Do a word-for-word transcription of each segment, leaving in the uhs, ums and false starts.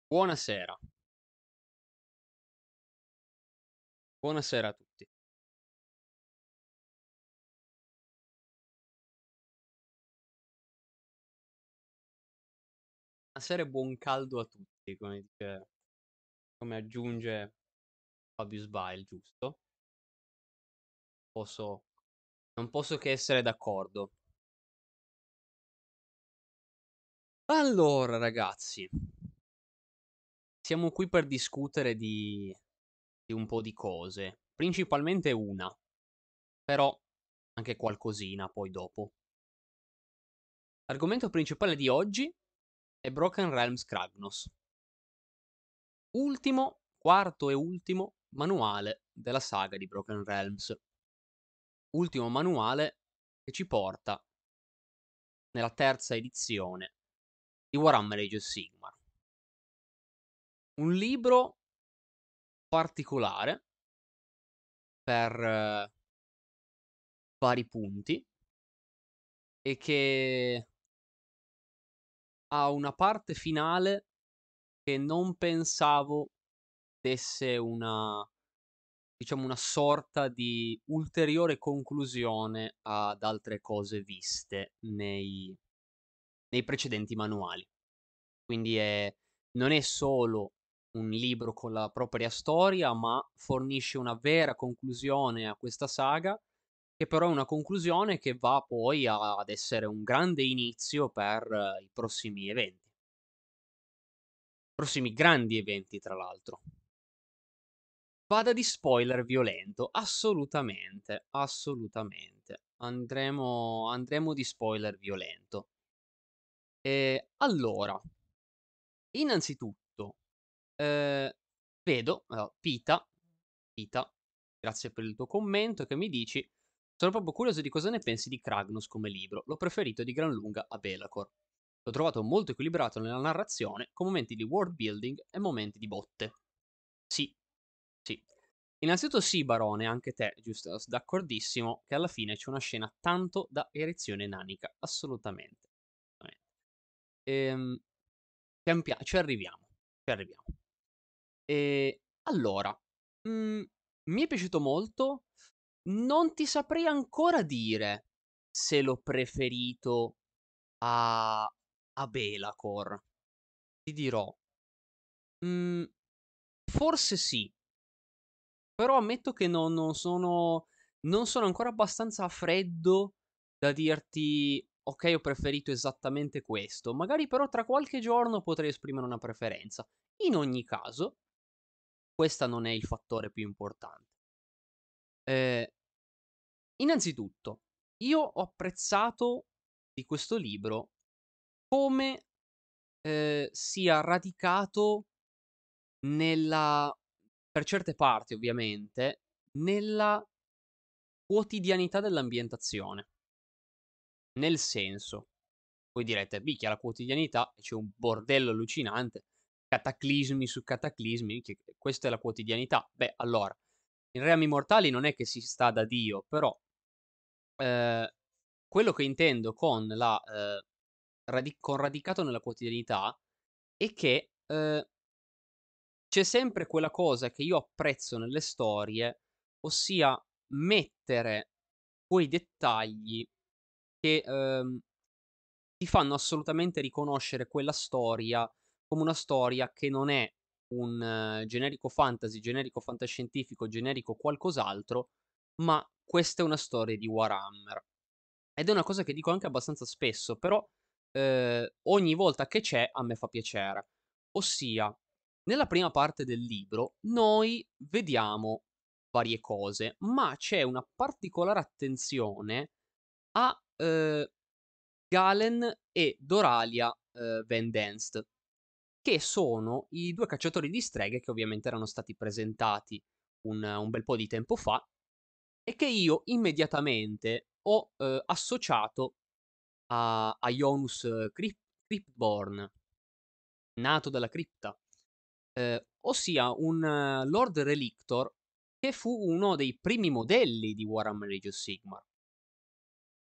Buonasera, buonasera a tutti. Buonasera e buon caldo a tutti, come dice come aggiunge Fabio Sbail, giusto? Posso Non posso che essere d'accordo. Allora ragazzi, siamo qui per discutere di di un po' di cose, principalmente una, però anche qualcosina poi dopo. L'argomento principale di oggi è Broken Realms Kragnos, ultimo, quarto e ultimo manuale della saga di Broken Realms. Ultimo manuale che ci porta nella terza edizione di Warhammer Age of Sigmar. Un libro particolare per eh, vari punti e che ha una parte finale che non pensavo desse una, diciamo, una sorta di ulteriore conclusione ad altre cose viste nei, nei precedenti manuali. Quindi è non è solo un libro con la propria storia, ma fornisce una vera conclusione a questa saga, che però è una conclusione che va poi a ad essere un grande inizio per eh, i prossimi eventi. Prossimi grandi eventi, tra l'altro. Vada di spoiler violento, assolutamente, assolutamente. Andremo andremo di spoiler violento. Ehm, allora, innanzitutto Ehm, vedo, allora, Pita Pita, grazie per il tuo commento che mi dici: "Sono proprio curioso di cosa ne pensi di Kragnos come libro. L'ho preferito di gran lunga a Belacor. L'ho trovato molto equilibrato nella narrazione, con momenti di world building e momenti di botte." Sì, sì. Innanzitutto sì, barone, anche te, giusto, s d'accordissimo che alla fine c'è una scena tanto da erezione nanica, assolutamente, assolutamente. Ehm, pian pia ci arriviamo, ci arriviamo. Ehm, allora, mhmm, mi è piaciuto molto. Non ti saprei ancora dire se l'ho preferito a a Belacor. Ti dirò. Mhmm, forse sì, però ammetto che non non sono non sono ancora abbastanza freddo da dirti: "Okay, ho preferito esattamente questo." Magari però tra qualche giorno potrei esprimere una preferenza. In ogni caso, questa non è il fattore più importante. Ehm Innanzitutto, io ho apprezzato di questo libro come, ehm, sia radicato nella per certe parti ovviamente, nella quotidianità dell'ambientazione. Nel senso, voi direte: "Minchia, la quotidianità, c'è un bordello allucinante, cataclismi su cataclismi, minchia, questa è la quotidianità." Beh, allora, in Realmi Mortali non è che si sta da Dio, però Ehm, quello che intendo con la ehm, radi con radicato nella quotidianità è che, ehm, c'è sempre quella cosa che io apprezzo nelle storie, ossia mettere quei dettagli che, ehm, ti fanno assolutamente riconoscere quella storia come una storia che non è un eh, generico fantasy, generico fantascientifico, generico qualcos'altro, ma questa è una storia di Warhammer. Ed è una cosa che dico anche abbastanza spesso, però, ehm, ogni volta che c'è a me fa piacere. Ossia, nella prima parte del libro noi vediamo varie cose, ma c'è una particolare attenzione a, ehm, Galen e Doralia, ehm, Van Danst, che sono i due cacciatori di streghe che ovviamente erano stati presentati un un bel po' di tempo fa e che io immediatamente ho, ehm, associato a a Ionuss Cryp Cryptborn, nato dalla cripta, ehm, ossia un eh, Lord Relictor che fu uno dei primi modelli di Warhammer Age of Sigmar.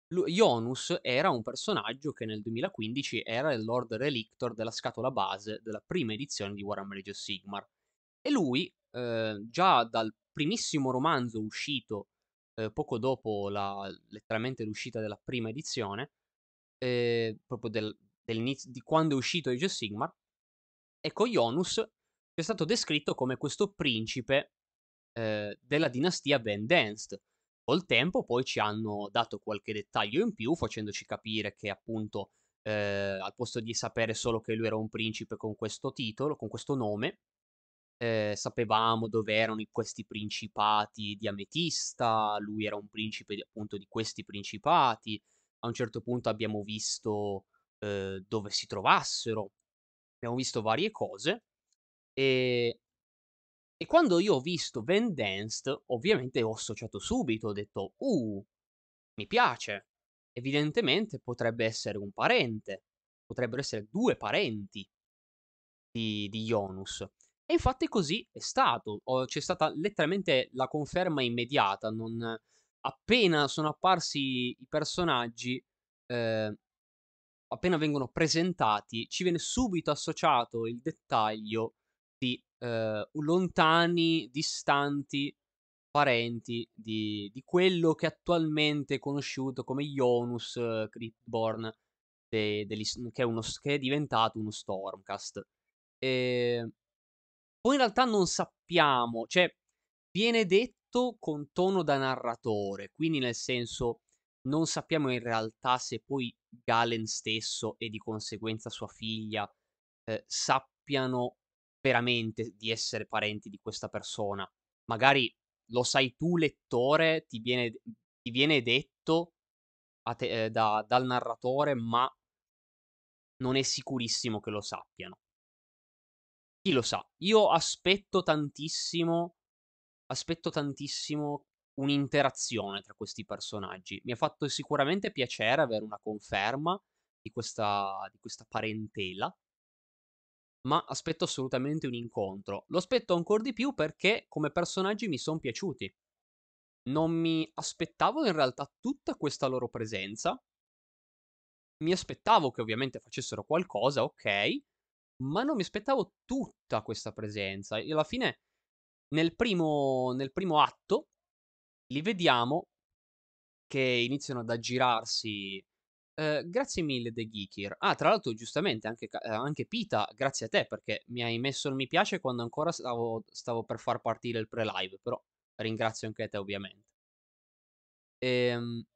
Lu Ionus era un personaggio che nel duemilaquindici era il Lord Relictor della scatola base della prima edizione di Warhammer Age of Sigmar. E lui, ehm, già dal primissimo romanzo uscito, ehm, poco dopo la letteralmente l'uscita della prima edizione, ehm, proprio del dell'iniz di quando è uscito Age of Sigmar, ecco Ionus è stato descritto come questo principe, ehm, della dinastia Vendanst. Col tempo poi ci hanno dato qualche dettaglio in più, facendoci capire che appunto, ehm, al posto di sapere solo che lui era un principe con questo titolo, con questo nome, ehm, sapevamo dov'erano i questi principati di Ametista, lui era un principe di appunto di questi principati. A un certo punto abbiamo visto, ehm, dove si trovassero, abbiamo visto varie cose, ehm e quando io ho visto Vendanst, ovviamente ho associato subito, ho detto: "Uh, mi piace. Evidentemente potrebbe essere un parente, potrebbero essere due parenti di di Ionus". E infatti così è stato. Ho C'è stata letteralmente la conferma immediata, non appena sono apparsi i personaggi, ehm, appena vengono presentati, ci viene subito associato il dettaglio di, ehm, lontani, distanti parenti di di quello che attualmente è conosciuto come Ionus Cryptborn de degli s che è uno s che è diventato uno Stormcast. Ehm, Poi in realtà non sappiamo, cioè viene detto con tono da narratore, quindi nel senso non sappiamo in realtà se poi Galen stesso e di conseguenza sua figlia, ehm, sappiano veramente di essere parenti di questa persona. Magari lo sai tu lettore, ti viene d ti viene detto a te ehm, da dal narratore, ma non è sicurissimo che lo sappiano. Chi lo sa? Io aspetto tantissimo aspetto tantissimo un'interazione tra questi personaggi. Mi ha fatto sicuramente piacere avere una conferma di questa di questa parentela, ma aspetto assolutamente un incontro. Lo aspetto ancor di più perché come personaggi mi son piaciuti. Non mi aspettavo in realtà tutta questa loro presenza. Mi aspettavo che ovviamente facessero qualcosa, okay, ma non mi aspettavo tutta questa presenza. E alla fine nel primo nel primo atto li vediamo che iniziano ad aggirarsi. Ehm, grazie mille The Geekir. Ah, tra l'altro giustamente anche ca ehm, anche Pita, grazie a te perché mi hai messo il mi piace quando ancora stavo stavo per far partire il pre-live, però ringrazio anche te ovviamente. Ehm,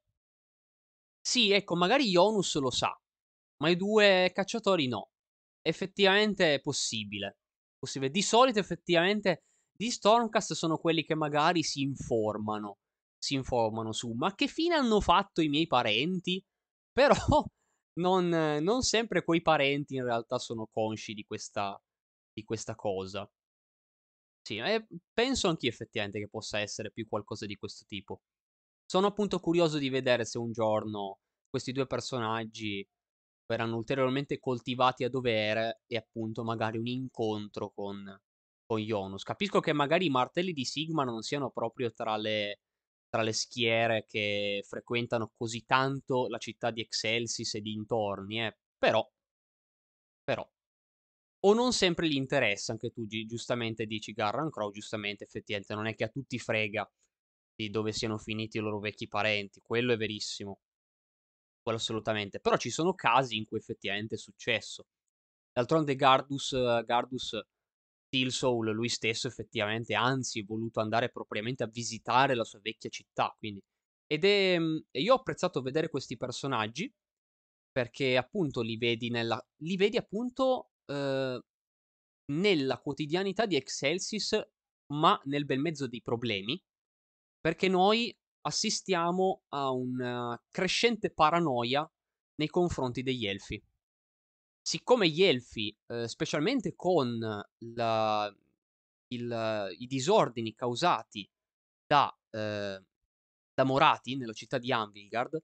sì, ecco, magari Ionus lo sa, ma i due cacciatori no. Effettivamente è possibile. Possibile. Di solito effettivamente gli Stormcast sono quelli che magari si informano, si informano su: "Ma che fine hanno fatto i miei parenti?" Però non non sempre quei parenti in realtà sono consci di questa di questa cosa. Sì, e penso anch'io effettivamente che possa essere più qualcosa di questo tipo. Sono appunto curioso di vedere se un giorno questi due personaggi verranno ulteriormente coltivati a dovere e appunto magari un incontro con con Ionus. Capisco che magari i martelli di Sigmar non siano proprio tra le tra le schiere che frequentano così tanto la città di Excelsis e dintorni, eh, però però o non sempre gli interessa, anche tu gi giustamente dici Garran Crow, giustamente effettivamente non è che a tutti frega di dove siano finiti i loro vecchi parenti, quello è verissimo, quello assolutamente. Però ci sono casi in cui effettivamente è successo. D'altronde Gardus Gardus Steelsoul lui stesso effettivamente, anzi, è voluto andare propriamente a visitare la sua vecchia città, quindi ed è mhmm, e io ho apprezzato vedere questi personaggi, perché appunto li vedi nella li vedi appunto, uhm, nella quotidianità di Excelsis, ma nel bel mezzo dei problemi, perché noi assistiamo a una crescente paranoia nei confronti degli Elfi. Siccome gli Elfi, uhm, specialmente con la il i disordini causati da ehm, da Morathi nella città di Anvilgard,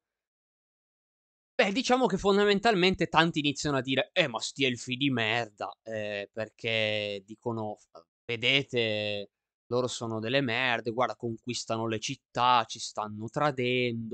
beh, diciamo che fondamentalmente tanti iniziano a dire: "Eh, ma 'sti elfi di merda", ehm, perché dicono f "Vedete, loro sono delle merde, guarda conquistano le città, ci stanno tradendo".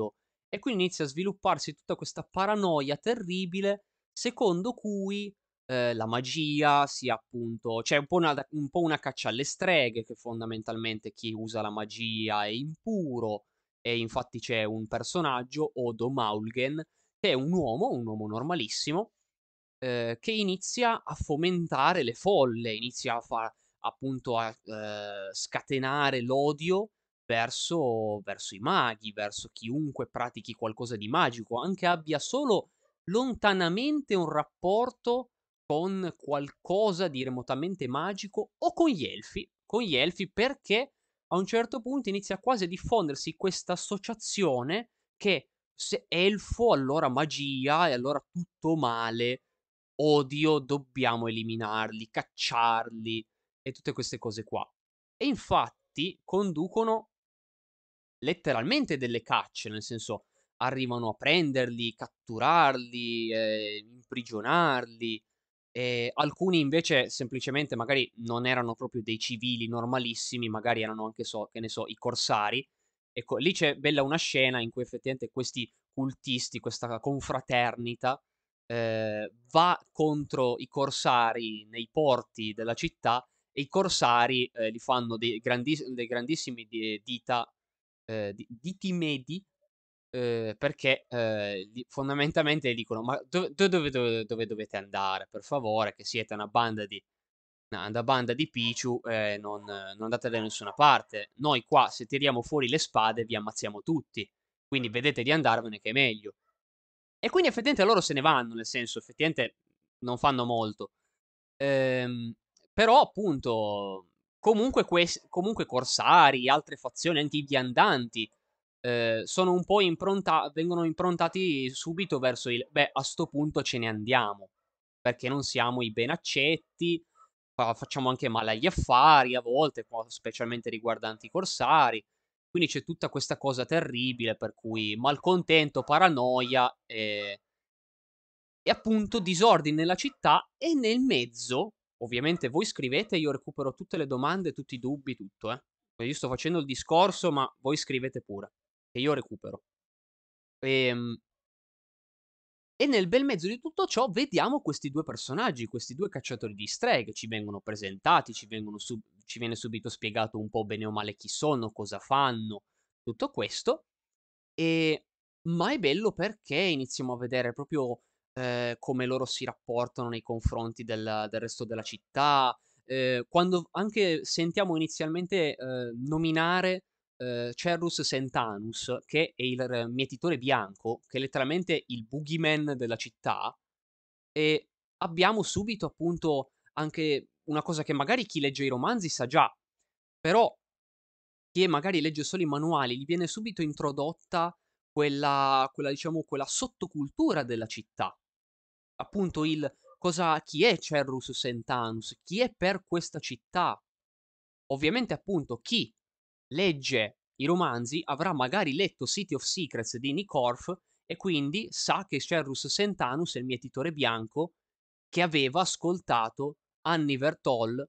E quindi inizia a svilupparsi tutta questa paranoia terribile secondo cui, ehm, la magia sia appunto c'è un po' una da un po' una caccia alle streghe, che fondamentalmente chi usa la magia è impuro, e infatti c'è un personaggio, Odo Maulgen, che è un uomo, un uomo normalissimo, ehm, che inizia a fomentare le folle, inizia a fa appunto a, ehm, scatenare l'odio verso verso i maghi, verso chiunque pratichi qualcosa di magico, anche abbia solo lontanamente un rapporto con qualcosa di remotamente magico o con gli elfi, con gli elfi perché a un certo punto inizia quasi a diffondersi questa associazione che se elfo allora magia e allora tutto male, odio, dobbiamo eliminarli, cacciarli e tutte queste cose qua. E infatti conducono letteralmente delle cacce, nel senso arrivano a prenderli, catturarli, ehm, imprigionarli, e alcuni invece semplicemente magari non erano proprio dei civili normalissimi, magari erano anche so che ne so, i corsari. Ecco, lì c'è bella una scena in cui effettivamente questi cultisti, questa confraternita, ehm, va contro i corsari nei porti della città e i corsari, ehm, li fanno dei grandis dei grandissimi di dita ehm, di diti medi, ehm, perché, ehm, gli fondamentalmente dicono: "Ma do do dove dove dove dovete andare? Per favore, che siete una banda di na una banda di picciu, ehm, non non andate da nessuna parte. Noi qua se tiriamo fuori le spade vi ammazziamo tutti, quindi vedete di andarvene che è meglio". E quindi effettivamente loro se ne vanno, nel senso effettivamente non fanno molto. Ehm, Però appunto comunque ques comunque corsari, altre fazioni, anche i viandanti, ehm, sono un po' impronta vengono improntati subito verso il: "Beh, a 'sto punto ce ne andiamo, perché non siamo i benaccetti, fa facciamo anche male agli affari a volte, qua specialmente riguardanti i corsari". Quindi c'è tutta questa cosa terribile per cui malcontento, paranoia, ehm e appunto disordine nella città e nel mezzo, ovviamente voi scrivete e io recupero tutte le domande, tutti i dubbi, tutto, eh. Io sto facendo il discorso, ma voi scrivete pure, che io recupero. Ehm, e nel bel mezzo di tutto ciò vediamo questi due personaggi, questi due cacciatori di streghe, ci vengono presentati, ci vengono sub ci viene subito spiegato un po' bene o male chi sono, cosa fanno, tutto questo. Ehm, ma è bello perché iniziamo a vedere proprio, ehm, come loro si rapportano nei confronti del del resto della città, ehm, quando anche sentiamo inizialmente, ehm, nominare, ehm, Cerrus Sentanus, che è il r mietitore bianco, che è letteralmente il boogeyman della città, e abbiamo subito appunto anche una cosa che magari chi legge i romanzi sa già, però chi magari legge solo i manuali, gli viene subito introdotta quella quella diciamo quella sottocultura della città. Appunto il cosa chi è Cerrus Sentanus? Chi è per questa città? Ovviamente appunto chi legge i romanzi avrà magari letto City of Secrets di Nick Horf e quindi sa che Cerrus Sentanus è il mietitore bianco che aveva ascoltato Annie Vertol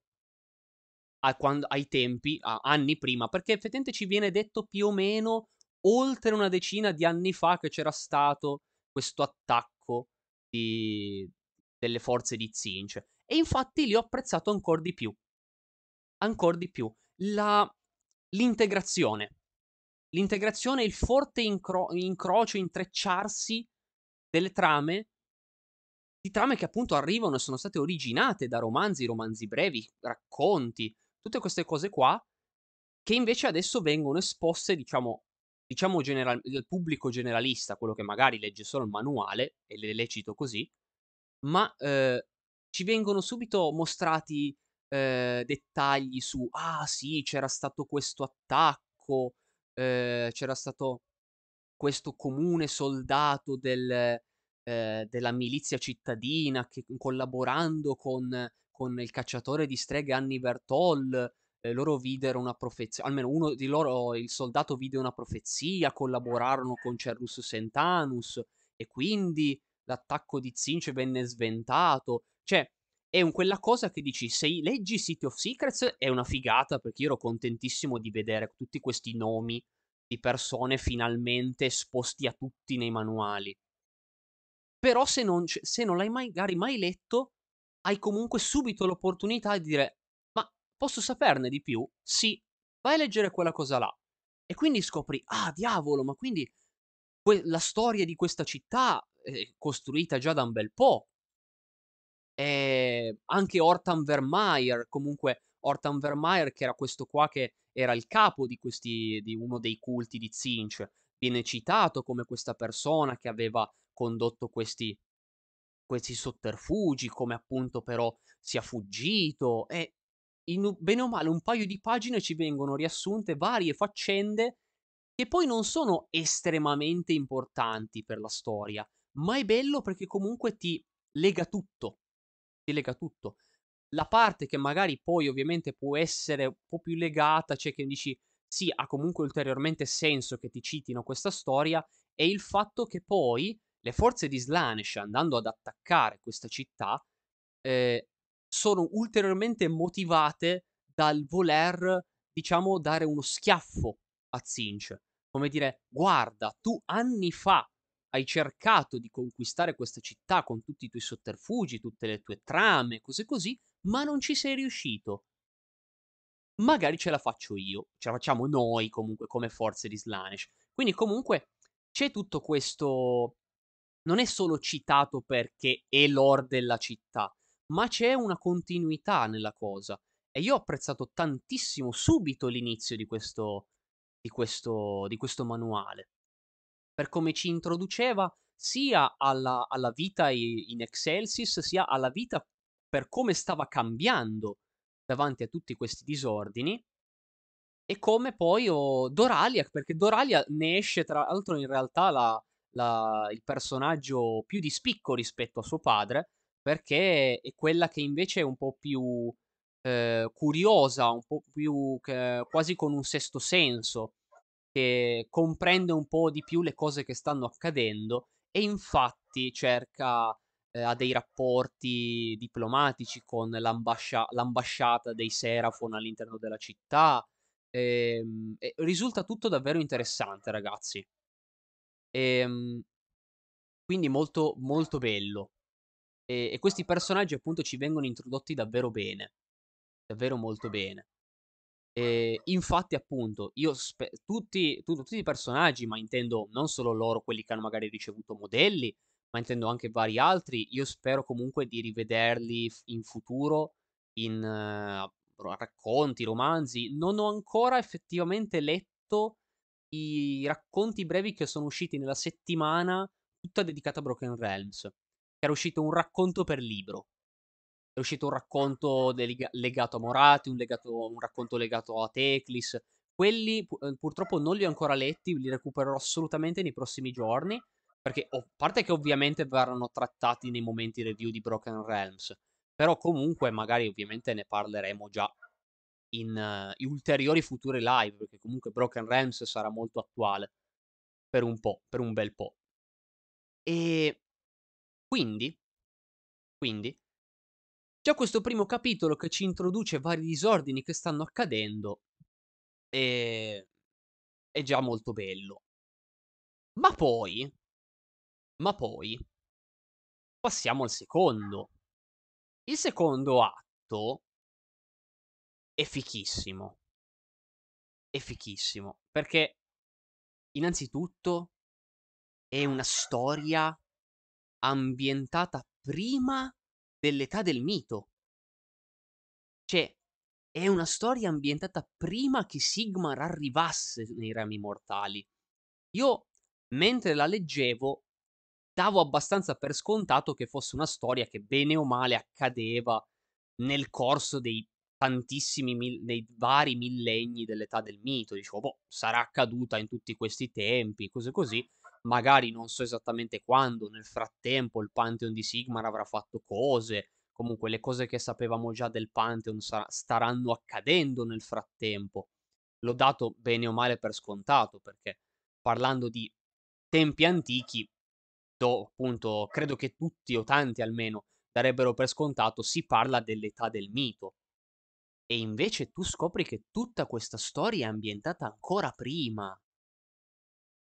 a quando ai tempi, a anni prima, perché effettivamente ci viene detto più o meno oltre una decina di anni fa che c'era stato questo attacco di delle forze di Tzeentch. E infatti lì ho apprezzato ancor di più, ancor di più la l'integrazione. L'integrazione e il forte incro incrocio, intrecciarsi delle trame di trame che appunto arrivano e sono state originate da romanzi, romanzi brevi, racconti, tutte queste cose qua, che invece adesso vengono esposte, diciamo diciamo general del pubblico generalista, quello che magari legge solo il manuale, e le le cito così, ma, ehm, ci vengono subito mostrati, ehm, dettagli su: "Ah sì, c'era stato questo attacco, ehm, c'era stato questo comune soldato del ehm, della milizia cittadina che, collaborando con con il cacciatore di streghe Annie Bertol, ehm, loro videro una profezia almeno uno di loro, il soldato vide una profezia, collaborarono con Cerrus Sentanus e quindi l'attacco di Tzeentch venne sventato". Cioè, è un quella cosa che dici: se i leggi City of Secrets è una figata, perché io ero contentissimo di vedere tutti questi nomi di persone finalmente esposti a tutti nei manuali. Però se non c se non l'hai magari mai letto, hai comunque subito l'opportunità di dire: "Ma posso saperne di più?" "Sì, vai a leggere quella cosa là." E quindi scopri: "Ah, diavolo, ma quindi que la storia di questa città è costruita già da un bel po'." Ehm, anche Hortan Vermeer, comunque Hortan Vermeer che era questo qua che era il capo di questi di uno dei culti di Tzeentch, viene citato come questa persona che aveva condotto questi questi sotterfugi, come appunto però sia fuggito e in u bene o male un paio di pagine ci vengono riassunte varie faccende che poi non sono estremamente importanti per la storia, ma è bello perché comunque ti lega tutto, ti lega tutto. La parte che magari poi ovviamente può essere un po' più legata, cioè che dici: "Sì, ha comunque ulteriormente senso che ti citino questa storia", è il fatto che poi le forze di Slaanesh, andando ad attaccare questa città, ehm, sono ulteriormente motivate dal voler, diciamo, dare uno schiaffo a Tzeentch. Come dire: "Guarda, tu anni fa hai cercato di conquistare questa città con tutti i tuoi sotterfugi, tutte le tue trame, cose così, ma non ci sei riuscito. Magari ce la faccio io, ce la facciamo noi comunque come forze di Slaanesh." Quindi comunque c'è tutto questo, non è solo citato perché è lore della città, ma c'è una continuità nella cosa. E io ho apprezzato tantissimo subito l'inizio di questo di questo di questo manuale, per come ci introduceva sia alla alla vita i in Excelsis, sia alla vita per come stava cambiando davanti a tutti questi disordini e come poi ho Doralia, perché Doralia ne esce tra l'altro in realtà la la il personaggio più di spicco rispetto a suo padre, perché è quella che invece è un po' più, ehm, curiosa, un po' più che quasi con un sesto senso, che comprende un po' di più le cose che stanno accadendo e infatti cerca ehm, ha dei rapporti diplomatici con l'ambascia l'ambasciata dei Seraphon all'interno della città. Ehm, e risulta tutto davvero interessante ragazzi. Ehm, quindi molto, molto bello. E e questi personaggi appunto ci vengono introdotti davvero bene, davvero molto bene. Ehm, infatti appunto io spe tutti tu tutti i personaggi, ma intendo non solo loro, quelli che hanno magari ricevuto modelli, ma intendo anche vari altri, io spero comunque di rivederli f in futuro in eh, ro racconti, romanzi. Non ho ancora effettivamente letto i racconti brevi che sono usciti nella settimana tutta dedicata a Broken Realms. Era uscito un racconto per libro. È uscito un racconto deliga legato a Morathi, un legato un racconto legato a Teclis. Quelli pu ehm, purtroppo non li ho ancora letti, li recupererò assolutamente nei prossimi giorni, perché o parte che ovviamente verranno trattati nei momenti review di Broken Realms, però comunque magari ovviamente ne parleremo già in eh, in ulteriori future live, perché comunque Broken Realms sarà molto attuale per un po', per un bel po'. E quindi quindi già questo primo capitolo che ci introduce vari disordini che stanno accadendo, ehm, è già molto bello. Ma poi ma poi passiamo al secondo. Il secondo atto è fichissimo, è fichissimo, perché innanzitutto è una storia ambientata prima dell'età del mito. Cioè, è una storia ambientata prima che Sigmar arrivasse nei Rami Mortali. Io mentre la leggevo davo abbastanza per scontato che fosse una storia che bene o male accadeva nel corso dei tantissimi mil dei vari millenni dell'età del mito. Dicevo: "Boh, sarà accaduta in tutti questi tempi", cose così. Magari non so esattamente quando, nel frattempo il Pantheon di Sigmar avrà fatto cose, comunque le cose che sapevamo già del Pantheon sa staranno accadendo nel frattempo. L'ho dato bene o male per scontato, perché parlando di tempi antichi, do appunto credo che tutti o tanti almeno darebbero per scontato, si parla dell'età del mito. E invece tu scopri che tutta questa storia è ambientata ancora prima.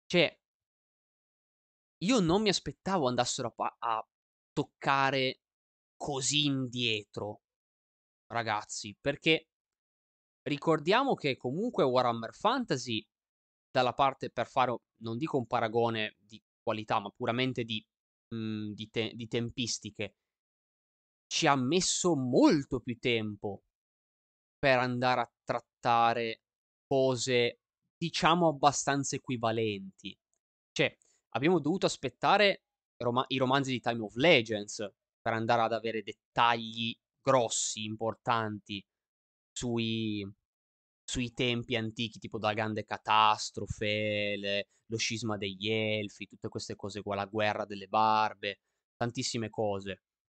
Cioè io non mi aspettavo andassero a pa a toccare così indietro, ragazzi, perché ricordiamo che comunque Warhammer Fantasy, dalla parte per fare o non dico un paragone di qualità, ma puramente di mhmm, di te di tempistiche, ci ha messo molto più tempo per andare a trattare cose, diciamo, abbastanza equivalenti. Cioè, abbiamo dovuto aspettare roma i romanzi di Time of Legends per andare ad avere dettagli grossi, importanti sui sui tempi antichi, tipo da Grande Catastrofe, le lo scisma degli Elfi, tutte queste cose qua, la guerra delle barbe, tantissime cose.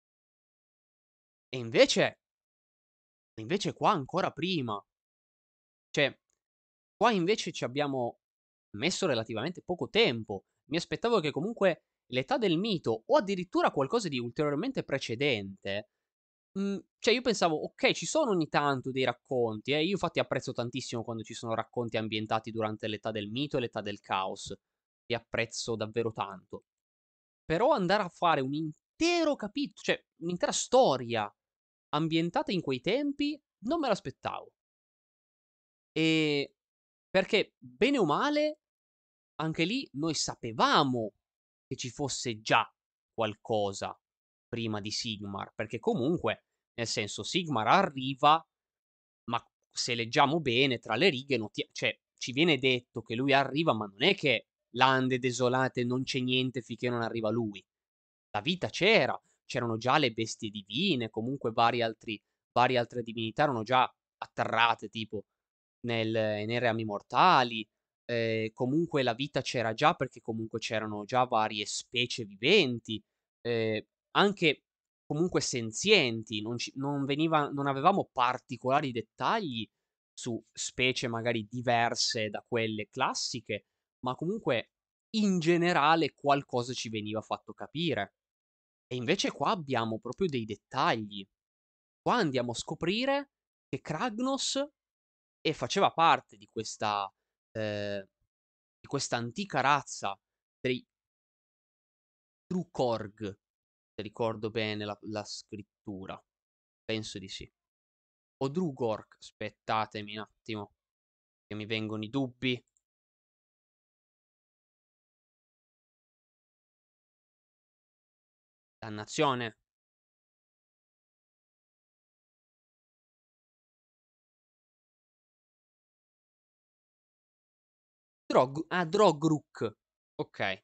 E invece e invece qua ancora prima. Cioè, qua invece ci abbiamo messo relativamente poco tempo. Mi aspettavo che comunque l'età del mito o addirittura qualcosa di ulteriormente precedente, mhmm, cioè io pensavo: okay, ci sono ogni tanto dei racconti, eh, io infatti apprezzo tantissimo quando ci sono racconti ambientati durante l'età del mito e l'età del caos. Li apprezzo davvero tanto. Però andare a fare un intero capit cioè un'intera storia ambientata in quei tempi, non me l'aspettavo. Ehm, perché bene o male, anche lì noi sapevamo che ci fosse già qualcosa prima di Sigmar, perché comunque, nel senso, Sigmar arriva, ma se leggiamo bene tra le righe noti cioè ci viene detto che lui arriva, ma non è che lande desolate, non c'è niente finché non arriva lui. La vita c'era, c'erano già le bestie divine, comunque vari altri varie altre divinità erano già atterrate, tipo nel nei reami mortali, ehm, comunque la vita c'era già perché comunque c'erano già varie specie viventi, ehm, anche comunque senzienti, non ci non veniva non avevamo particolari dettagli su specie magari diverse da quelle classiche, ma comunque in generale qualcosa ci veniva fatto capire. E invece qua abbiamo proprio dei dettagli. Qua andiamo a scoprire che Kragnos e faceva parte di questa ehm, di questa antica razza dei Truekorg, se ricordo bene la la scrittura. Penso di sì. O Drugork, aspettatemi un attimo, che mi vengono i dubbi. Dannazione. Drog ah, Drogruk. Okay,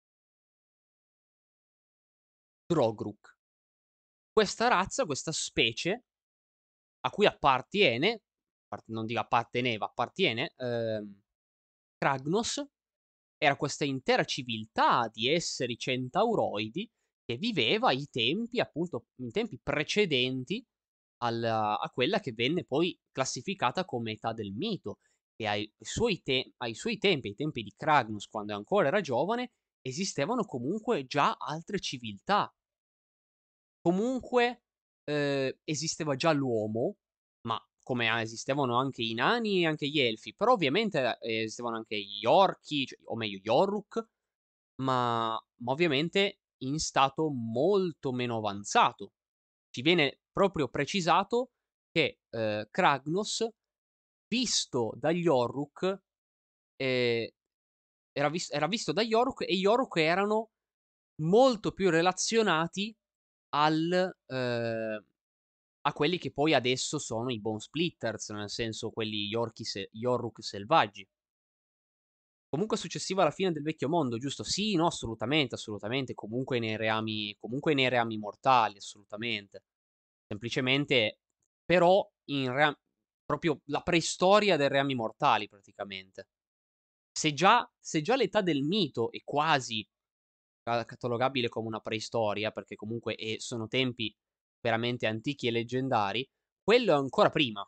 Drogruk. Questa razza, questa specie a cui appartiene, part non dico apparteneva, appartiene, ehm, Kragnos, era questa intera civiltà di esseri centauroidi che viveva ai tempi appunto in tempi precedenti al a quella che venne poi classificata come età del mito e ai suoi te ai suoi tempi, ai tempi di Kragnos, quando ancora era giovane, esistevano comunque già altre civiltà. Comunque, ehm, esisteva già l'uomo, ma come a esistevano anche i nani e anche gli elfi, però ovviamente, ehm, esistevano anche gli orchi, cioè o meglio gli Orruk, ma ma ovviamente in stato molto meno avanzato. Ci viene proprio precisato che, ehm, Kragnos, visto dagli Orruk, ehm, era vis era visto dagli Orruk e gli Orruk erano molto più relazionati al ehm, a quelli che poi adesso sono i Bone Splitters, nel senso quelli gli orchi se gli Orruk selvaggi. Comunque successiva alla fine del vecchio mondo, giusto? Sì, no, assolutamente, assolutamente, comunque nei reami comunque nei reami mortali, assolutamente. Semplicemente però in rea proprio la preistoria dei reami mortali praticamente. Se già se già l'età del mito è quasi ca catalogabile come una preistoria, perché comunque, ehm, sono tempi veramente antichi e leggendari, quello è ancora prima,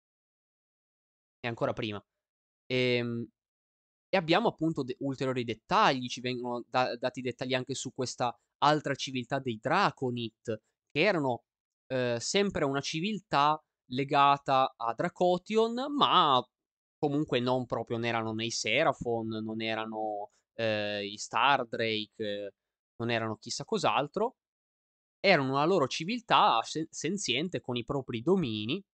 è ancora prima. Ehm, e abbiamo appunto de ulteriori dettagli, ci vengono da dati dettagli anche su questa altra civiltà dei Draconith, che erano, ehm, sempre una civiltà legata a Dracotion, ma comunque non proprio non erano né i Seraphon, non erano ehm, i Stardrake non erano chissà cos'altro, erano una loro civiltà sen senziente con i propri domini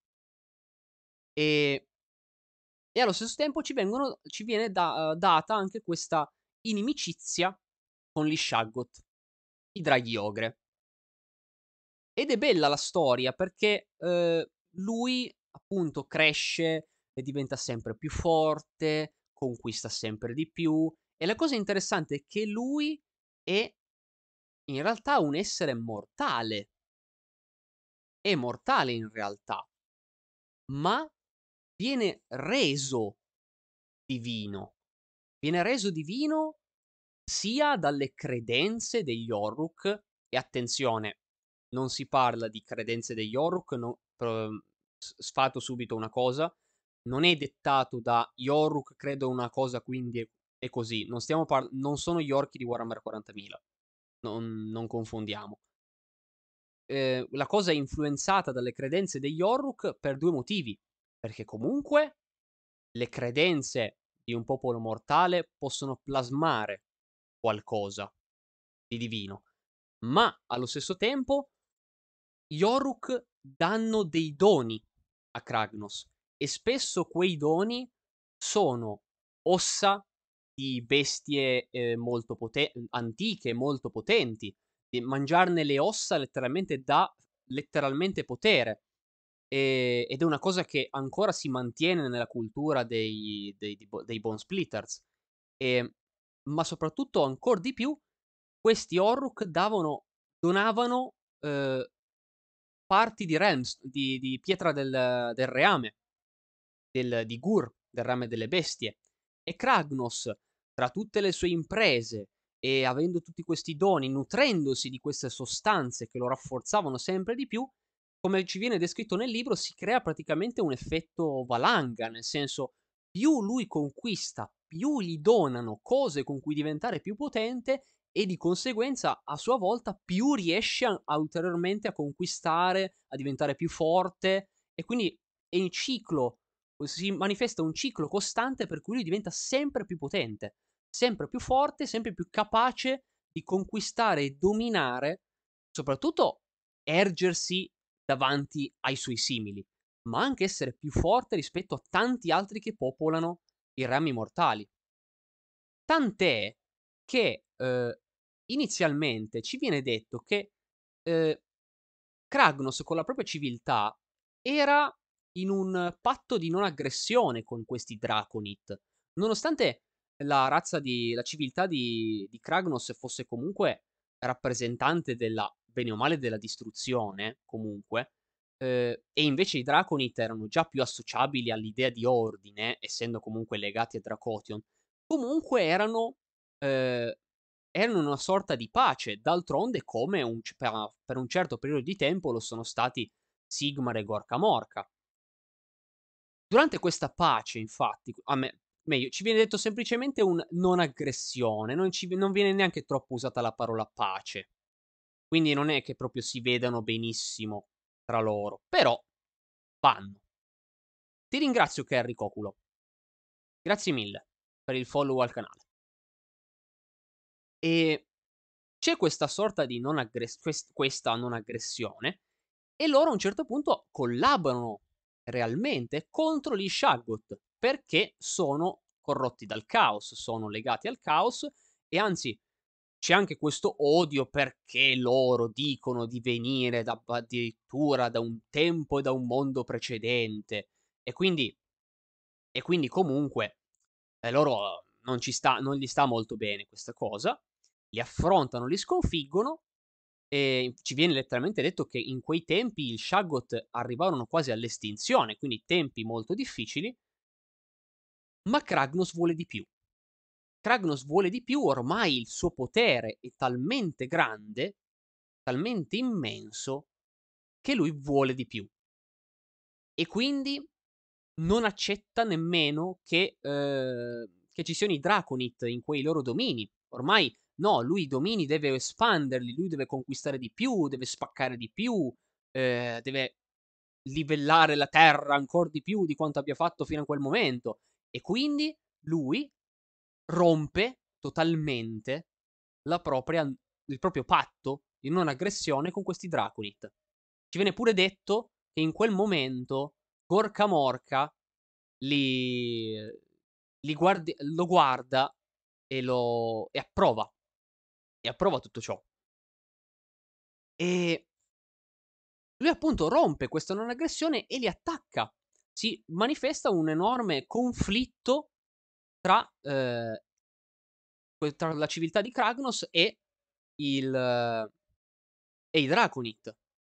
e e allo stesso tempo ci vengono ci viene da uhm, data anche questa inimicizia con gli Shaggoth, i draghi ogre. Ed è bella la storia perché, uhm, lui appunto cresce e diventa sempre più forte, conquista sempre di più e la cosa interessante è che lui è in realtà un essere mortale. È mortale in realtà, ma viene reso divino. Viene reso divino sia dalle credenze degli Orruk e attenzione, non si parla di credenze degli Orruk, no uhm, s sfato subito una cosa, non è dettato da gli Orruk credo una cosa quindi è è così, non stiamo par non sono gli orchi di Warhammer quarantamila, non non confondiamo. Ehm, la cosa è influenzata dalle credenze degli Orruk per due motivi: perché comunque le credenze di un popolo mortale possono plasmare qualcosa di divino, ma allo stesso tempo gli Orruk danno dei doni a Kragnos e spesso quei doni sono ossa di bestie, ehm, molto pote mhmm, antiche, molto potenti, e mangiarne le ossa letteralmente dà letteralmente potere. Ehm, ed è una cosa che ancora si mantiene nella cultura dei dei di bo dei Bone Splitters. Ehm, ma soprattutto ancor di più questi Orruk davano donavano, uhm, parti di Realms di di pietra del del reame, del di Ghur, del rame delle bestie. E Kragnos, tra tutte le sue imprese e avendo tutti questi doni, nutrendosi di queste sostanze che lo rafforzavano sempre di più, come ci viene descritto nel libro, si crea praticamente un effetto valanga, nel senso più lui conquista, più gli donano cose con cui diventare più potente e di conseguenza a sua volta più riesce a, a ulteriormente a conquistare, a diventare più forte e quindi è in ciclo, si manifesta un ciclo costante per cui lui diventa sempre più potente, sempre più forte, sempre più capace di conquistare e dominare, soprattutto ergersi davanti ai suoi simili, ma anche essere più forte rispetto a tanti altri che popolano i rami mortali. Tant'è che, uhm, inizialmente ci viene detto che, uhm, Kragnos con la propria civiltà era in un patto di non aggressione con questi Draconid. Nonostante la razza di la civiltà di di Kragnos fosse comunque rappresentante della bene o male della distruzione, comunque, uhm, e invece i Draconid erano già più associabili all'idea di ordine, essendo comunque legati a Dracotion, comunque erano ehm, erano in una sorta di pace. D'altronde come un c per a per un certo periodo di tempo lo sono stati Sigmar e Gorka Morka. Durante questa pace infatti, a me meglio, ci viene detto semplicemente un non aggressione, non ci v non viene neanche troppo usata la parola pace. Quindi non è che proprio si vedano benissimo tra loro, però vanno. Ti ringrazio Kerry Kokulo. Grazie mille per il follow al canale. E c'è questa sorta di non aggress quest questa non aggressione e loro a un certo punto collaborano realmente contro gli Shaggoth, perché sono corrotti dal caos, sono legati al caos e anzi c'è anche questo odio perché loro dicono di venire da b addirittura da un tempo e da un mondo precedente e quindi e quindi comunque, ehm, loro non ci sta non gli sta molto bene questa cosa, li affrontano, li sconfiggono e ci viene letteralmente detto che in quei tempi il Shaggoth arrivarono quasi all'estinzione, quindi tempi molto difficili, ma Kragnos vuole di più. Kragnos vuole di più, ormai il suo potere è talmente grande, talmente immenso, che lui vuole di più. E quindi non accetta nemmeno che, uhm, che ci siano i Draconid in quei loro domini. Ormai no, lui i domini deve espanderli, lui deve conquistare di più, deve spaccare di più, ehm, deve livellare la terra ancor di più di quanto abbia fatto fino a quel momento. E quindi lui rompe totalmente la propria il proprio patto di non aggressione con questi Draconid. Ci viene pure detto che in quel momento Gorka Morka li li guardi lo guarda e lo e approva. E approva tutto ciò. E lui appunto rompe questa non aggressione e li attacca. Si manifesta un enorme conflitto tra, ehm que tra la civiltà di Kragnos e il e i Draconid.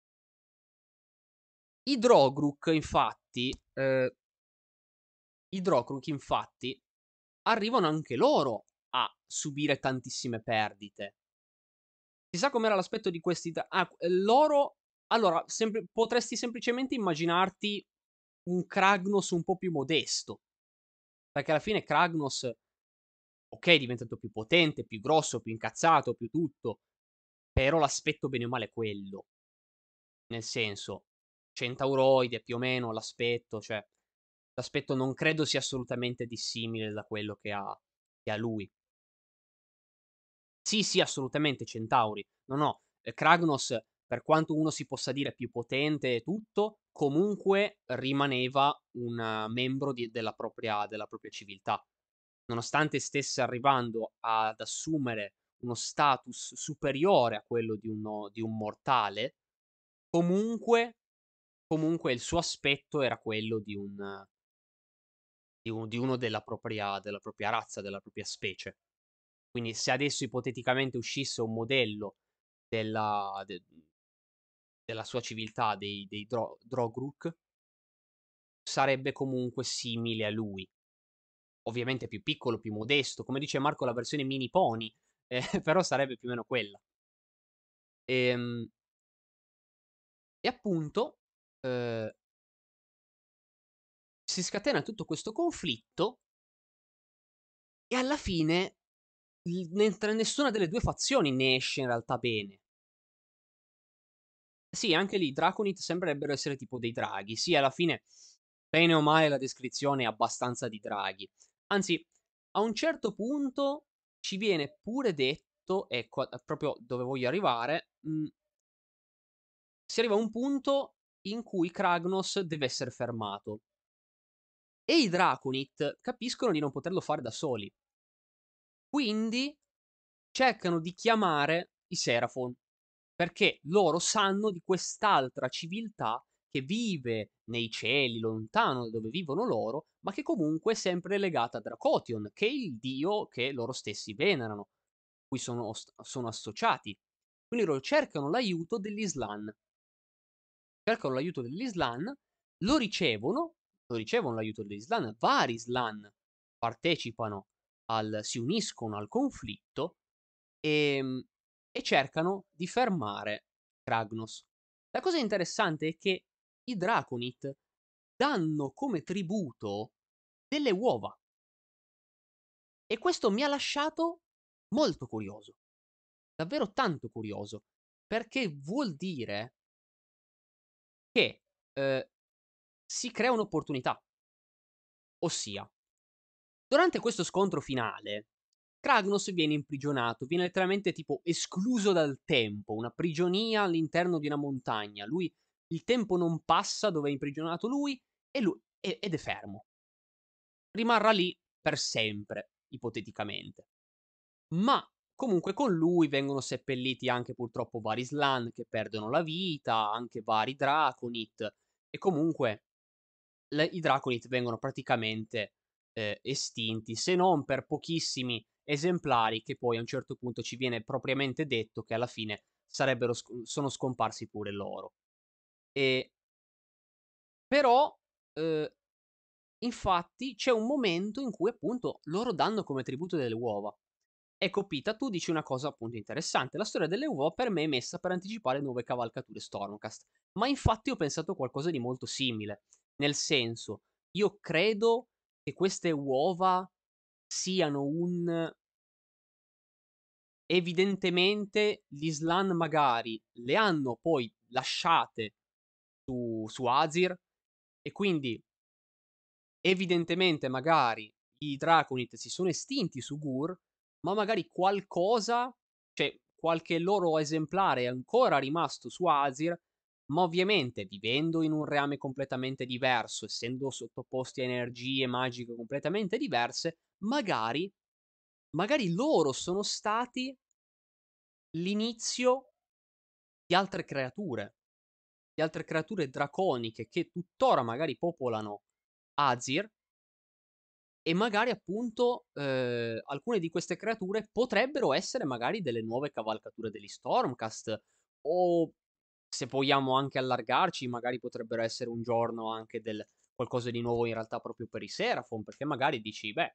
I Drogruk infatti, ehm i Drogruk infatti arrivano anche loro a subire tantissime perdite. Si sa com'era l'aspetto di questi dra ah, ehm, loro allora sempl potresti semplicemente immaginarti un Kragnos un po' più modesto, perché alla fine Kragnos, okay, è diventato più potente, più grosso, più incazzato, più tutto, però l'aspetto bene o male è quello. Nel senso, centauroide più o meno l'aspetto, cioè l'aspetto non credo sia assolutamente dissimile da quello che ha che ha lui. Sì, sì, assolutamente centauri. No, no, ehm, Kragnos, per quanto uno si possa dire più potente e tutto, comunque rimaneva un membro di della propria della propria civiltà. Nonostante stesse arrivando ad assumere uno status superiore a quello di uno di un mortale, comunque comunque il suo aspetto era quello di un di u di uno della propria della propria razza, della propria specie. Quindi se adesso ipoteticamente uscisse un modello della de della sua civiltà, dei dei Dro Drogruk, sarebbe comunque simile a lui. Ovviamente più piccolo, più modesto, come dice Marco la versione mini pony, eh, però sarebbe più o meno quella. Ehm e appunto, uhm si scatena tutto questo conflitto e alla fine il mentre nessuna delle due fazioni ne esce in realtà bene. Sì, anche lì i Draconid sembrerebbero essere tipo dei draghi. Sì, alla fine, bene o male, la descrizione è abbastanza di draghi. Anzi, a un certo punto ci viene pure detto, ecco, a proprio dove voglio arrivare, mhmm si arriva a un punto in cui Kragnos deve essere fermato. E i Draconid capiscono di non poterlo fare da soli. Quindi cercano di chiamare i Seraphon, perché loro sanno di quest'altra civiltà che vive nei cieli, lontano da dove vivono loro, ma che comunque è sempre legata a Dracotion, che è il dio che loro stessi venerano, cui sono os sono associati. Quindi loro cercano l'aiuto degli Slann. Cercano l'aiuto degli Slann, lo ricevono, lo ricevono l'aiuto degli Slann, vari Slann partecipano al si uniscono al conflitto, ehm, e cercano di fermare Kragnos. La cosa interessante è che i Draconid danno come tributo delle uova. E questo mi ha lasciato molto curioso, davvero tanto curioso, perché vuol dire che, uhm, si crea un'opportunità. Ossia, durante questo scontro finale, Kragnos viene imprigionato, viene letteralmente tipo escluso dal tempo, una prigionia all'interno di una montagna. Lui il tempo non passa dove è imprigionato lui e lu e ed è fermo. Rimarrà lì per sempre, ipoteticamente. Ma comunque con lui vengono seppelliti anche purtroppo vari Slann che perdono la vita, anche vari Draconid e comunque le i Draconid vengono praticamente, ehm, estinti, se non per pochissimi esemplari che poi a un certo punto ci viene propriamente detto che alla fine sarebbero sc sono scomparsi pure loro. E però, uhm, infatti c'è un momento in cui appunto loro danno come tributo delle uova. Ecco Pita, tu dici una cosa appunto interessante, la storia delle uova per me è messa per anticipare nuove cavalcature Stormcast, ma infatti ho pensato a qualcosa di molto simile. Nel senso, io credo che queste uova siano un evidentemente gli Slann magari le hanno poi lasciate su su Azir e quindi evidentemente magari i Draconid si sono estinti su Ghur, ma magari qualcosa, cioè qualche loro esemplare è ancora rimasto su Azyr, ma ovviamente vivendo in un reame completamente diverso, essendo sottoposti a energie magiche completamente diverse, magari magari loro sono stati l'inizio di altre creature, di altre creature draconiche che tuttora magari popolano Azyr e magari appunto, ehm, alcune di queste creature potrebbero essere magari delle nuove cavalcature degli Stormcast o, se vogliamo anche allargarci, magari potrebbero essere un giorno anche del qualcosa di nuovo in realtà proprio per i Seraphon, perché magari dici: "Beh,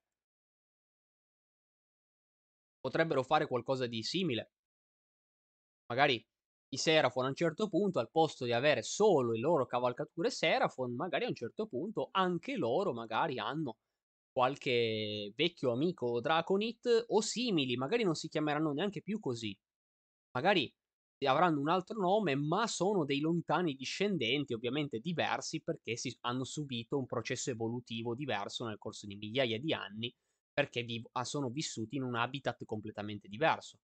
potrebbero fare qualcosa di simile". Magari i Seraphon a un certo punto, al posto di avere solo le loro cavalcature Seraphon, magari a un certo punto anche loro magari hanno qualche vecchio amico Draconid o simili, magari non si chiameranno neanche più così. Magari avranno un altro nome, ma sono dei lontani discendenti, ovviamente diversi, perché si hanno subito un processo evolutivo diverso nel corso di migliaia di anni, perché viv- ah, sono vissuti in un habitat completamente diverso.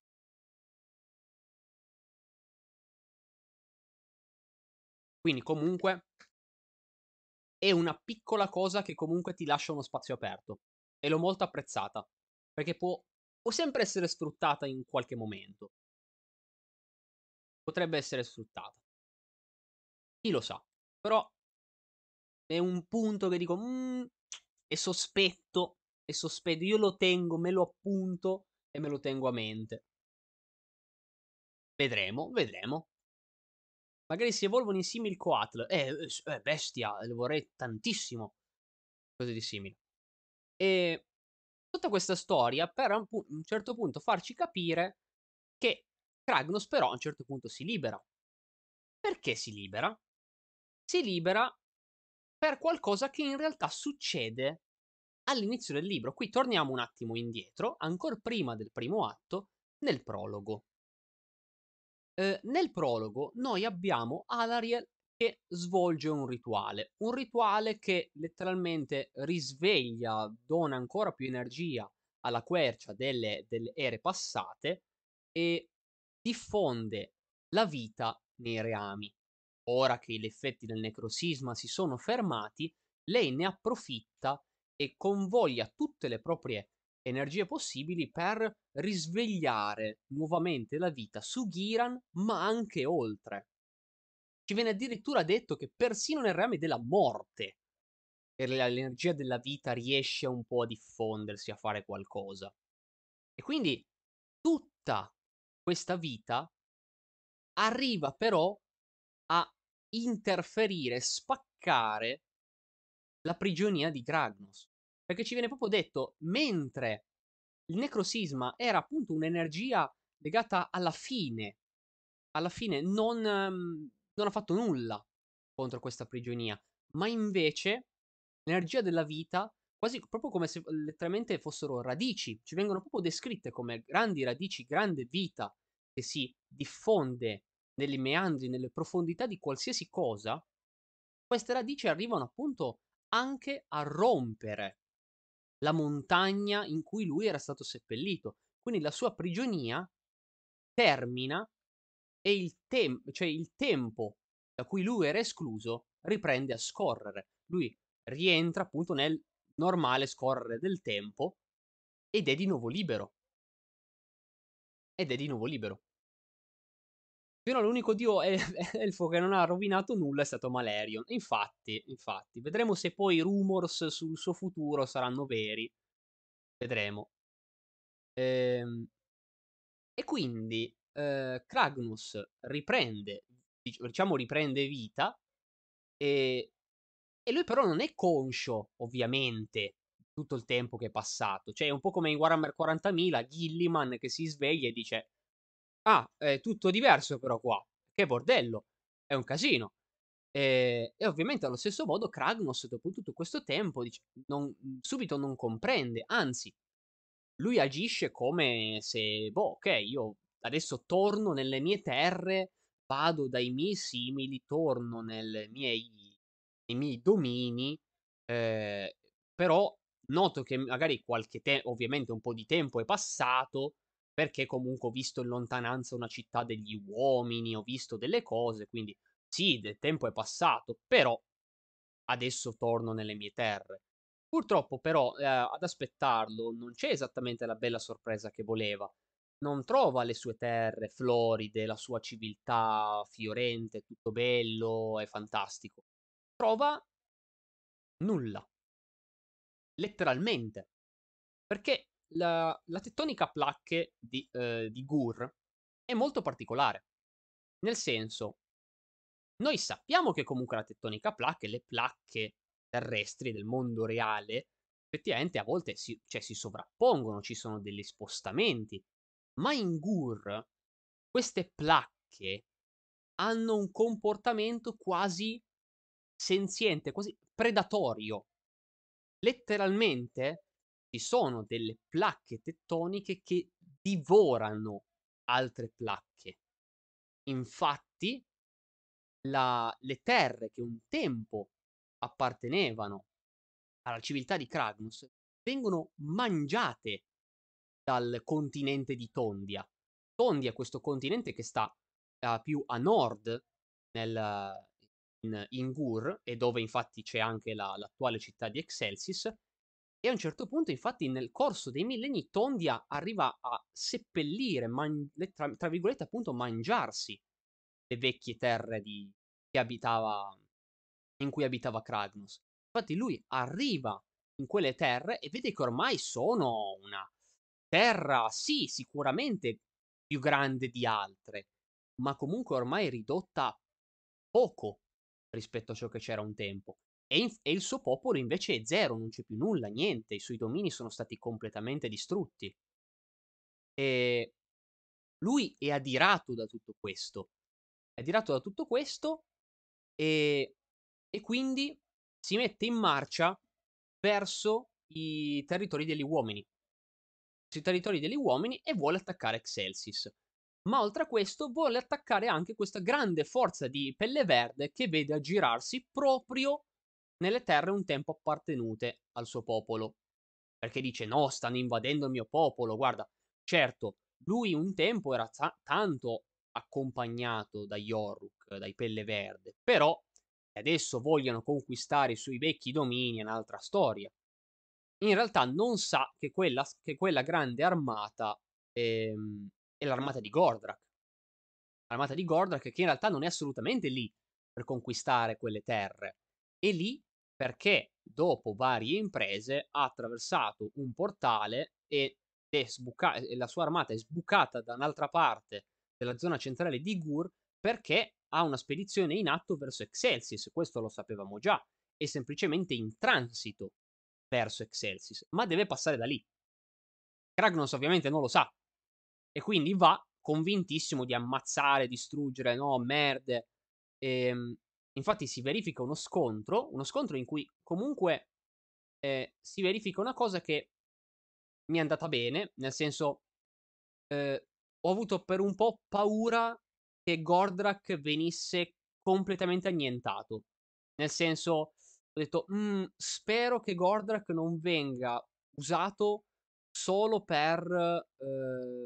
Quindi comunque è una piccola cosa che comunque ti lascia uno spazio aperto e l'ho molto apprezzata, perché può, può sempre essere sfruttata in qualche momento, potrebbe essere sfruttata, chi lo sa, però è un punto che dico, "Mhmm, è sospetto, è sospetto", io lo tengo, me lo appunto e me lo tengo a mente. Vedremo, vedremo. Magari si evolvono in simil Coatl. Eh, s eh, bestia, lo vorrei tantissimo, cose di simili. E tutta questa storia per a un pu un certo punto farci capire che Kragnos però a un certo punto si libera. Perché si libera? Si libera per qualcosa che in realtà succede all'inizio del libro. Qui torniamo un attimo indietro, ancor prima del primo atto, nel prologo. Ehm, nel prologo noi abbiamo Alariel che svolge un rituale, un rituale che letteralmente risveglia, dona ancora più energia alla quercia delle delle ere passate e diffonde la vita nei reami. Ora che gli effetti del necrosisma si sono fermati, lei ne approfitta e convoglia tutte le proprie energie possibili per risvegliare nuovamente la vita su Ghiran, ma anche oltre. Ci viene addirittura detto che persino nel reame della morte e la l'energia della vita riesce un po' a diffondersi, a fare qualcosa. E quindi tutta questa vita arriva però a interferire, spaccare la prigionia di Kragnos. Perché ci viene proprio detto, mentre il necrosisma era appunto un'energia legata alla fine, alla fine non, mhmm, non ha fatto nulla contro questa prigionia, ma invece l'energia della vita, quasi proprio come se letteralmente fossero radici, ci vengono proprio descritte come grandi radici, grande vita che si diffonde nei meandri, nelle profondità di qualsiasi cosa, queste radici arrivano appunto anche a rompere la montagna in cui lui era stato seppellito. Quindi la sua prigionia termina e il tem cioè il tempo da cui lui era escluso riprende a scorrere. Lui rientra appunto nel normale scorrere del tempo ed è di nuovo libero. Ed è di nuovo libero. Finora l'unico dio e elfo che non ha rovinato nulla è stato Malerion. Infatti, infatti, vedremo se poi i rumors sul suo futuro saranno veri. Vedremo. Ehm, e quindi, ehm, Kragnus riprende, dic diciamo riprende vita, e e lui però non è conscio, ovviamente, di tutto il tempo che è passato. Cioè, è un po' come in Warhammer quarantamila, Gilliman che si sveglia e dice: "Ah, è tutto diverso però qua. Che bordello, è un casino". Ehm, e ovviamente allo stesso modo Kragnos dopo tutto questo tempo dice non mhmm, subito non comprende, anzi lui agisce come se: "Boh, okay, io adesso torno nelle mie terre, vado dai miei simili, torno nel miei nei miei domini, ehm, però Noto che magari qualche te ovviamente un po' di tempo è passato, perché comunque ho visto in lontananza una città degli uomini, ho visto delle cose, quindi sì, del tempo è passato, però adesso torno nelle mie terre. Purtroppo però, ehm, ad aspettarlo non c'è esattamente la bella sorpresa che voleva. Non trova le sue terre floride, la sua civiltà fiorente, tutto bello e fantastico. Trova nulla, letteralmente. Perché la la tettonica a placche di ehm, di Gur è molto particolare. Nel senso, noi sappiamo che comunque la tettonica a placche, le placche terrestri del mondo reale, effettivamente a volte si cioè si sovrappongono, ci sono degli spostamenti, ma in Gur queste placche hanno un comportamento quasi senziente, quasi predatorio. Letteralmente ci sono delle placche tettoniche che divorano altre placche. Infatti la le terre che un tempo appartenevano alla civiltà di Kragnus vengono mangiate dal continente di Tondia. Tondia è questo continente che sta, uhm, più a nord nel in in Gur e dove infatti c'è anche la l'attuale città di Exelsis, e a un certo punto infatti nel corso dei millenni Tondia arriva a seppellire, man le tra tra virgolette appunto "mangiarsi" le vecchie terre di che abitava in cui abitava Kragnus. Infatti lui arriva in quelle terre e vede che ormai sono una terra, sì, sicuramente più grande di altre, ma comunque ormai ridotta a poco rispetto a ciò che c'era un tempo. E inf e il suo popolo invece è zero, non c'è più nulla, niente, i suoi domini sono stati completamente distrutti. E lui è adirato da tutto questo. È adirato da tutto questo e e quindi si mette in marcia verso i territori degli uomini. Sui territori degli uomini e vuole attaccare Exelsis. Ma oltre a questo vuole attaccare anche questa grande forza di Pelle Verde che vede aggirarsi proprio nelle terre un tempo appartenute al suo popolo. Perché dice: "No, stanno invadendo il mio popolo, guarda". Certo, lui un tempo era ta tanto accompagnato dagli Orruk, dai Pelle Verde, però adesso vogliono conquistare i suoi vecchi domini è un'altra storia. In realtà non sa che quella s che quella grande armata, ehm, è l'armata di Gordrak. L'armata di Gordrak che in realtà non è assolutamente lì per conquistare quelle terre. È lì perché dopo varie imprese ha attraversato un portale ed è sbuca e la sua armata è sbucata da un'altra parte della zona centrale di Gur perché ha una spedizione in atto verso Exelsis, questo lo sapevamo già, è semplicemente in transito verso Exelsis, ma deve passare da lì. Kragnos ovviamente non lo sa e quindi va convintissimo di ammazzare, distruggere, no, merde. Ehm, infatti si verifica uno scontro, uno scontro in cui comunque, ehm, si verifica una cosa che mi è andata bene, nel senso, ehm, ho avuto per un po' paura che Gordrak venisse completamente annientato. Nel senso, ho detto: "Mhmm, spero che Gordrak non venga usato solo per, ehm,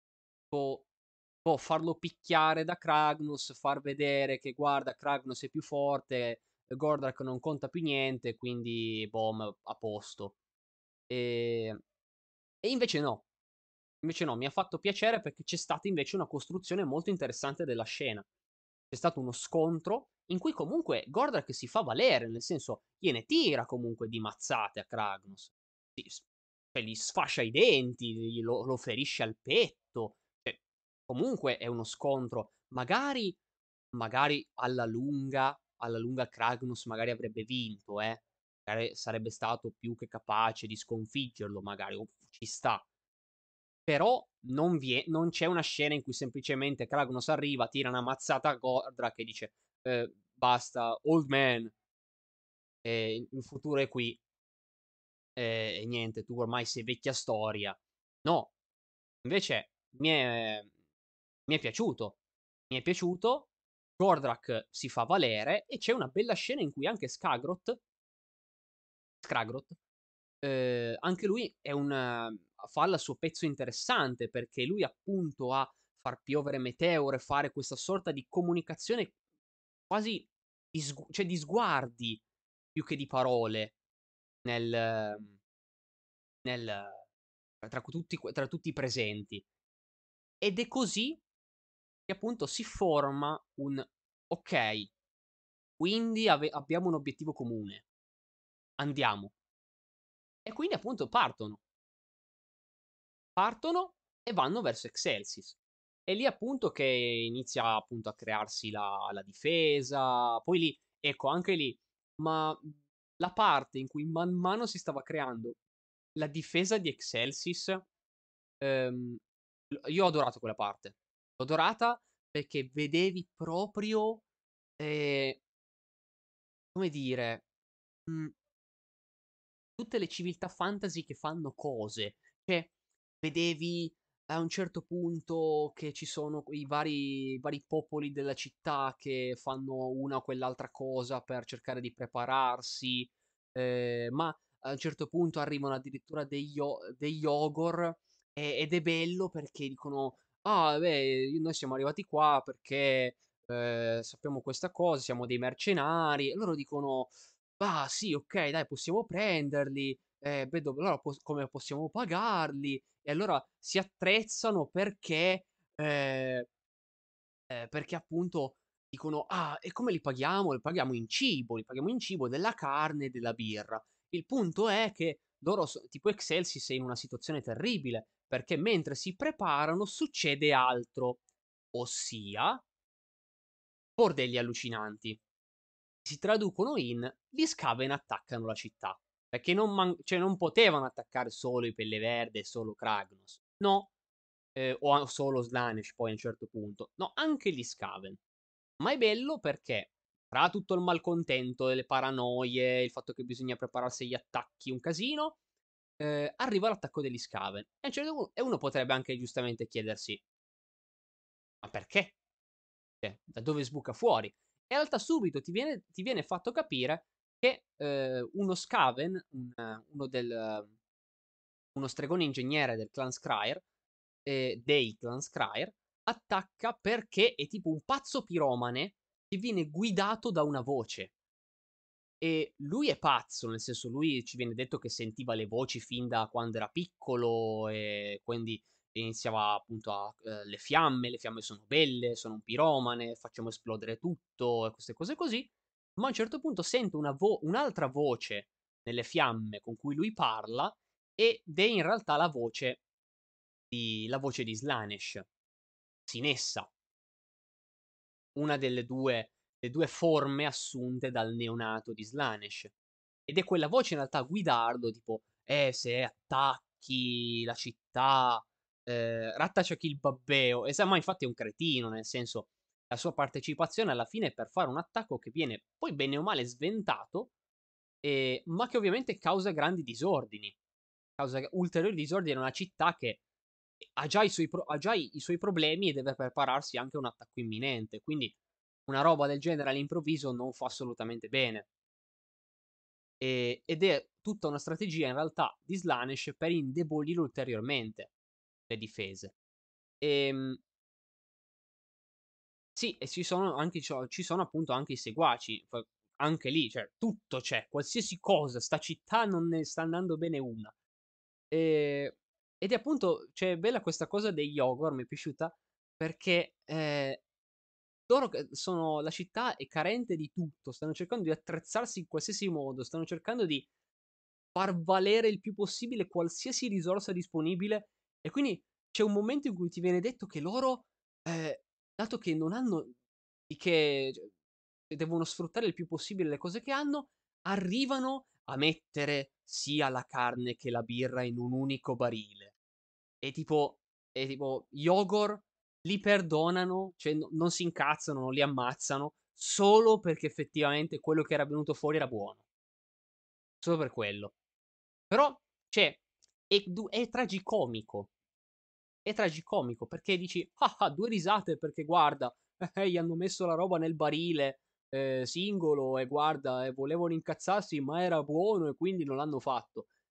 boh boh, farlo picchiare da Kragnus, far vedere che guarda Kragnus è più forte, Gordrak non conta più niente, quindi boh, a posto". Ehm, e invece no. Invece no, mi ha fatto piacere perché c'è stata invece una costruzione molto interessante della scena. C'è stato uno scontro in cui comunque Gordrak si fa valere, nel senso gliene tira comunque di mazzate a Kragnus. Sì, s cioè gli sfascia i denti, gli lo lo ferisce al petto. Cioè, comunque è uno scontro. Magari magari alla lunga alla lunga Kragnus magari avrebbe vinto, eh. Magari sarebbe stato più che capace di sconfiggerlo magari, o ci sta. Però non vie non c'è una scena in cui semplicemente Kragnos arriva, tira una mazzata a Gordrak e dice: "Ehm, basta, old man, ehm, il futuro è qui, ehm, e niente, tu ormai sei vecchia storia". No, invece mi è mi è piaciuto. Mi è piaciuto, Gordrak si fa valere e c'è una bella scena in cui anche Skagrott Skragrott ehm, anche lui è un fa il suo pezzo interessante, perché lui appunto a far piovere meteore, fare questa sorta di comunicazione quasi di sgu cioè di sguardi più che di parole nel nel tra tutti que tra tutti i presenti. Ed è così che appunto si forma un: "Okay, quindi ave abbiamo un obiettivo comune, andiamo." E quindi appunto partono. Partono e vanno verso Exelsis. È lì appunto che inizia appunto a crearsi la la difesa, poi lì ecco anche lì, ma, mhmm, la parte in cui man mano si stava creando la difesa di Exelsis, ehm, l io ho adorato quella parte. L'ho adorata perché vedevi proprio, ehm, come dire, mhmm tutte le civiltà fantasy che fanno cose. Cioè, vedevi a un certo punto che ci sono i vari vari popoli della città che fanno una o quell'altra cosa per cercare di prepararsi, ehm, ma a un certo punto arrivano addirittura degli o degli ogor, e ed è bello perché dicono: "Ah, beh, noi siamo arrivati qua perché, ehm, sappiamo questa cosa, siamo dei mercenari." E loro dicono: "Ah sì, okay, dai possiamo prenderli, ehm, vedo allora pos come possiamo pagarli?" E allora si attrezzano perché ehm, ehm, perché appunto dicono: "Ah, e come li paghiamo? Li paghiamo in cibo, li paghiamo in cibo, della carne e della birra." Il punto è che loro so tipo Exelsis è in una situazione terribile, perché mentre si preparano succede altro, ossia bordelli allucinanti. Si traducono in: gli Skaven attaccano la città. Perché non man cioè non potevano attaccare solo i Pelle Verde e solo Kragnos. No, ehm, o a solo Slaanesh poi a un certo punto. No, anche gli Skaven. Ma è bello perché tra tutto il malcontento e le paranoie, il fatto che bisogna prepararsi agli attacchi, un casino, ehm, arriva l'attacco degli Skaven. E a un certo pu e uno potrebbe anche giustamente chiedersi: "Ma perché?" Cioè, da dove sbuca fuori. In realtà subito ti viene ti viene fatto capire che, ehm, uno Skaven, un uno del uno stregone ingegnere del clan Scryer, ehm, dei clan Scryer, attacca perché è tipo un pazzo piromane che viene guidato da una voce. E lui è pazzo, nel senso lui ci viene detto che sentiva le voci fin da quando era piccolo e quindi iniziava appunto a ehm, le fiamme, le fiamme sono belle, sono un piromane, facciamo esplodere tutto e queste cose così. Ma a un certo punto sente una vo un'altra voce nelle fiamme con cui lui parla ed è in realtà la voce di la voce di Slaanesh, Sinessa. Una delle due le due forme assunte dal neonato di Slaanesh. Ed è quella voce in realtà a guidarlo tipo: "Eh, se attacchi la città, ehm, rattachaki il babbeo." E sa ma infatti è un cretino, nel senso, la sua partecipazione alla fine è per fare un attacco che viene poi bene o male sventato, ehm, ma che ovviamente causa grandi disordini. Causa ulteriori disordini a una città che ha già i suoi pro ha già i i suoi problemi e deve prepararsi anche a un attacco imminente. Quindi una roba del genere all'improvviso non fa assolutamente bene. Ehm, ed è tutta una strategia in realtà di Slaanesh per indebolire ulteriormente le difese. Ehm sì, e ci sono anche cio ci sono appunto anche i seguaci, f anche lì, cioè tutto c'è, qualsiasi cosa, 'sta città non ne sta andando bene una. Ehm, ed è appunto cioè è bella questa cosa degli Ogor, mi è piaciuta perché, ehm, loro che sono la città è carente di tutto, stanno cercando di attrezzarsi in qualsiasi modo, stanno cercando di far valere il più possibile qualsiasi risorsa disponibile e quindi c'è un momento in cui ti viene detto che loro, ehm, dato che non hanno di che cioè, devono sfruttare il più possibile le cose che hanno, arrivano a mettere sia la carne che la birra in un unico barile. E tipo e tipo gli Ogor li perdonano, cioè no non si incazzano, non li ammazzano, solo perché effettivamente quello che era venuto fuori era buono. Solo per quello. Però, cioè, è du è tragicomico. È tragicomico perché dici: "Ah, ah, due risate perché guarda, eh, gli hanno messo la roba nel barile, ehm, singolo e guarda, e volevano incazzarsi ma era buono e quindi non l'hanno fatto."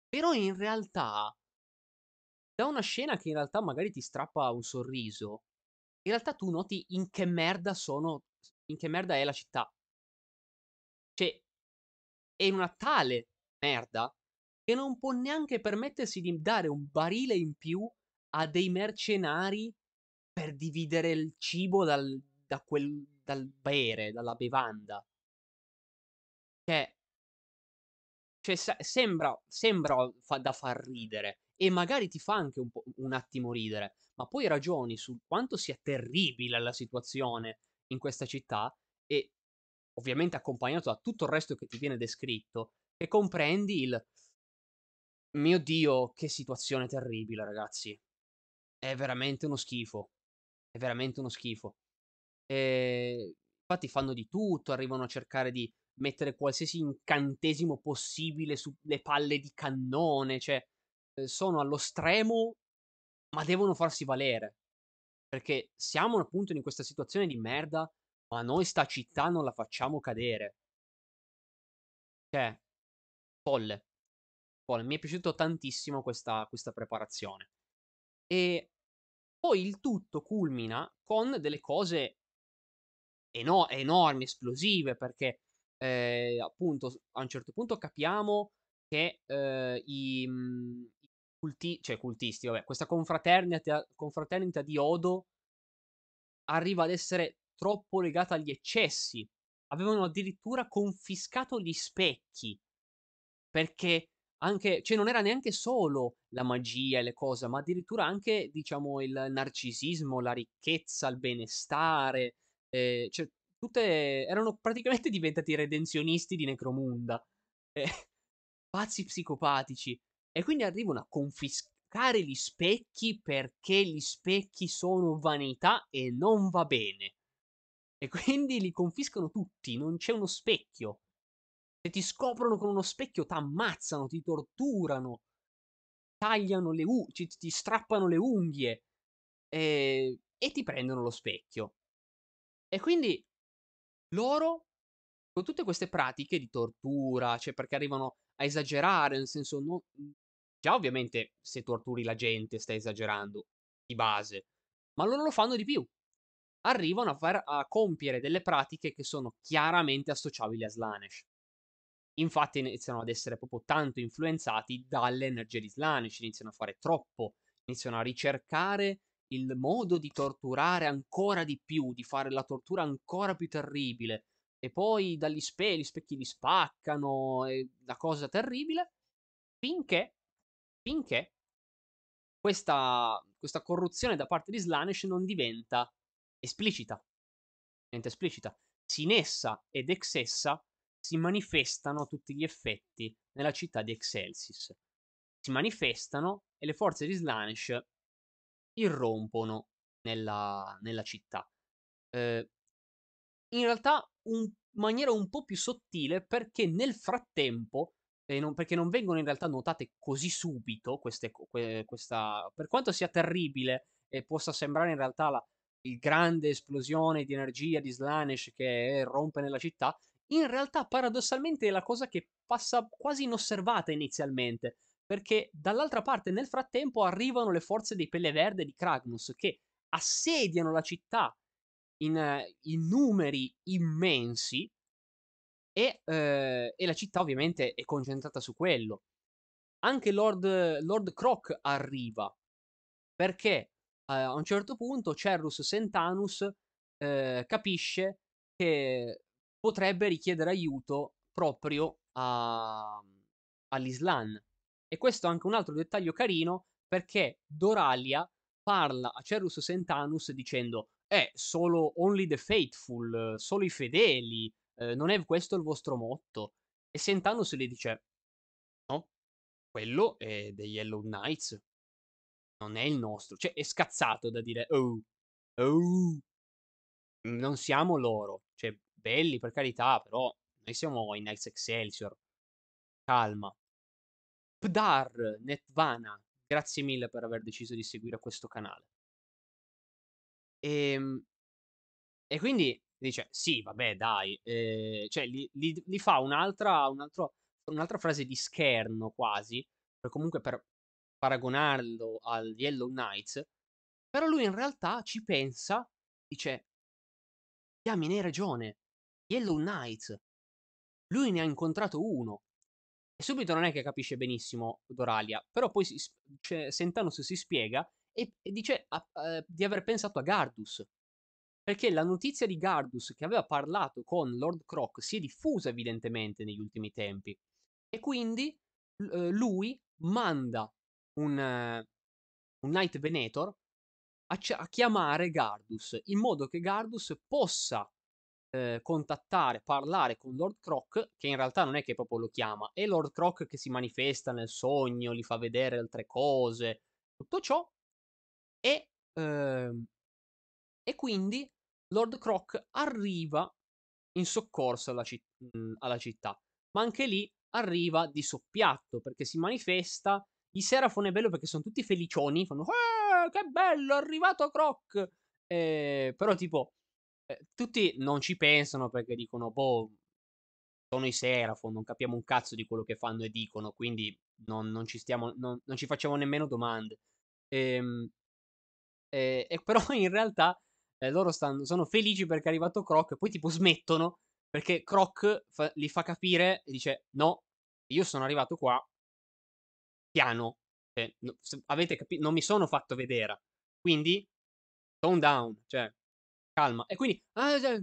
Però in realtà da una scena che in realtà magari ti strappa un sorriso, in realtà tu noti in che merda sono in che merda è la città. Cioè, è in una tale merda che non può neanche permettersi di dare un barile in più a dei mercenari per dividere il cibo dal da quel dal bere, dalla bevanda. Cioè cioè sa sembra sembra fa da far ridere e magari ti fa anche un po' un attimo ridere, ma poi ragioni su quanto sia terribile la situazione in questa città e ovviamente accompagnato da tutto il resto che ti viene descritto, e comprendi il: "Mio Dio, che situazione terribile ragazzi. È veramente uno schifo, è veramente uno schifo". Ehm, infatti fanno di tutto, arrivano a cercare di mettere qualsiasi incantesimo possibile sulle palle di cannone, cioè, ehm, sono allo stremo, ma devono farsi valere, perché siamo appunto in questa situazione di merda, ma noi sta città non la facciamo cadere. Cioè, folle, folle. Mi è piaciuto tantissimo questa questa preparazione. E poi il tutto culmina con delle cose eno enormi, esplosive, perché, ehm, appunto, s a un certo punto capiamo che, ehm, i mhmm, i culti cioè cultisti, vabbè, questa confraternita confraternita di Odo arriva ad essere troppo legata agli eccessi. Avevano addirittura confiscato gli specchi, perché anche cioè non era neanche solo la magia e le cose, ma addirittura anche, diciamo, il narcisismo, la ricchezza, il benestare, ehm, cioè tutte erano praticamente diventati i redenzionisti di Necromunda. Eh, pazzi psicopatici. E quindi arrivano a confiscare gli specchi perché gli specchi sono vanità e non va bene. E quindi li confiscano tutti, non c'è uno specchio. Se ti scoprono con uno specchio t'ammazzano, ti torturano, tagliano le u ci ti strappano le unghie, ehm, e ti prendono lo specchio. E quindi loro, con tutte queste pratiche di tortura, cioè perché arrivano a esagerare, nel senso no mhmm, già ovviamente se torturi la gente stai esagerando, di base, ma loro lo fanno di più. Arrivano a far a compiere delle pratiche che sono chiaramente associabili a Slanesh. Infatti iniziano ad essere proprio tanto influenzati dalle energie di Slaanesh, iniziano a fare troppo, iniziano a ricercare il modo di torturare ancora di più, di fare la tortura ancora più terribile. E poi dagli spe gli specchi li spaccano, e la cosa terribile, finché finché questa questa corruzione da parte di Slaanesh non diventa esplicita. Diventa esplicita. Sinessa ed Exessa si manifestano a tutti gli effetti nella città di Excelsis. Si manifestano e le forze di Slaanesh irrompono nella nella città. Ehm, in realtà un maniera un po' più sottile perché nel frattempo e non perché non vengono in realtà notate così subito queste co que questa per quanto sia terribile e possa sembrare in realtà la il grande esplosione di energia di Slaanesh che rompe nella città, in realtà paradossalmente è la cosa che passa quasi inosservata inizialmente, perché dall'altra parte nel frattempo arrivano le forze dei Pelle Verde di Kragnus che assediano la città in eh, in numeri immensi e, ehm, e la città ovviamente è concentrata su quello. Anche Lord Lord Croc arriva, perché, uhm, a un certo punto Cerrus Sentanus, ehm, capisce che potrebbe richiedere aiuto proprio a all'Islan. E questo è anche un altro dettaglio carino, perché Doralia parla a Cerrus Sentanus dicendo: "Eh, solo only the faithful, solo i fedeli, ehm, non è questo il vostro motto?" E Sentanus le dice: "No, quello è degli Yellow Knights, non è il nostro." Cioè è scazzato da dire: "Oh, oh, non siamo loro. Cioè belli per carità, però noi siamo i Knights Excelsior, calma." Pdar Netvana, grazie mille per aver deciso di seguire questo canale. Ehm, e quindi dice: "Sì, vabbè dai", ehm, cioè gli gli d gli fa un'altra un altro un'altra frase di scherno quasi, per comunque per paragonarlo agli Yellow Knights, però lui in realtà ci pensa, dice: "Diamine hai ragione, Yellow Knights, lui ne ha incontrato uno". E subito non è che capisce benissimo Doralia, però poi si s cioè Sentanus si spiega e e dice a ehm, di aver pensato a Gardus, perché la notizia di Gardus che aveva parlato con Lord Croc si è diffusa evidentemente negli ultimi tempi e quindi l uhm, lui manda un eh, un Knight Venator a cia a chiamare Gardus, in modo che Gardus possa ehm, contattare, parlare con Lord Croc, che in realtà non è che proprio lo chiama, è Lord Croc che si manifesta nel sogno, gli fa vedere altre cose, tutto ciò, e, ehm, e quindi Lord Croc arriva in soccorso alla, ci- mh, alla città. Ma anche lì arriva di soppiatto perché si manifesta. I Seraphon è bello perché sono tutti felicioni, fanno "Eh, che bello, è arrivato Croc!" Eh, però tipo eh, tutti non ci pensano perché dicono, boh, sono i Seraphon, non capiamo un cazzo di quello che fanno e dicono, quindi non, non ci stiamo, non, non ci facciamo nemmeno domande. Ehm, e, e però in realtà eh, loro stanno, sono felici perché è arrivato Croc, e poi tipo smettono perché Croc fa- li fa capire e dice: No, io sono arrivato qua piano. Cioè, no- se- avete capito? Non mi sono fatto vedere. Quindi, tone down, cioè, calma. E quindi, ah, cioè,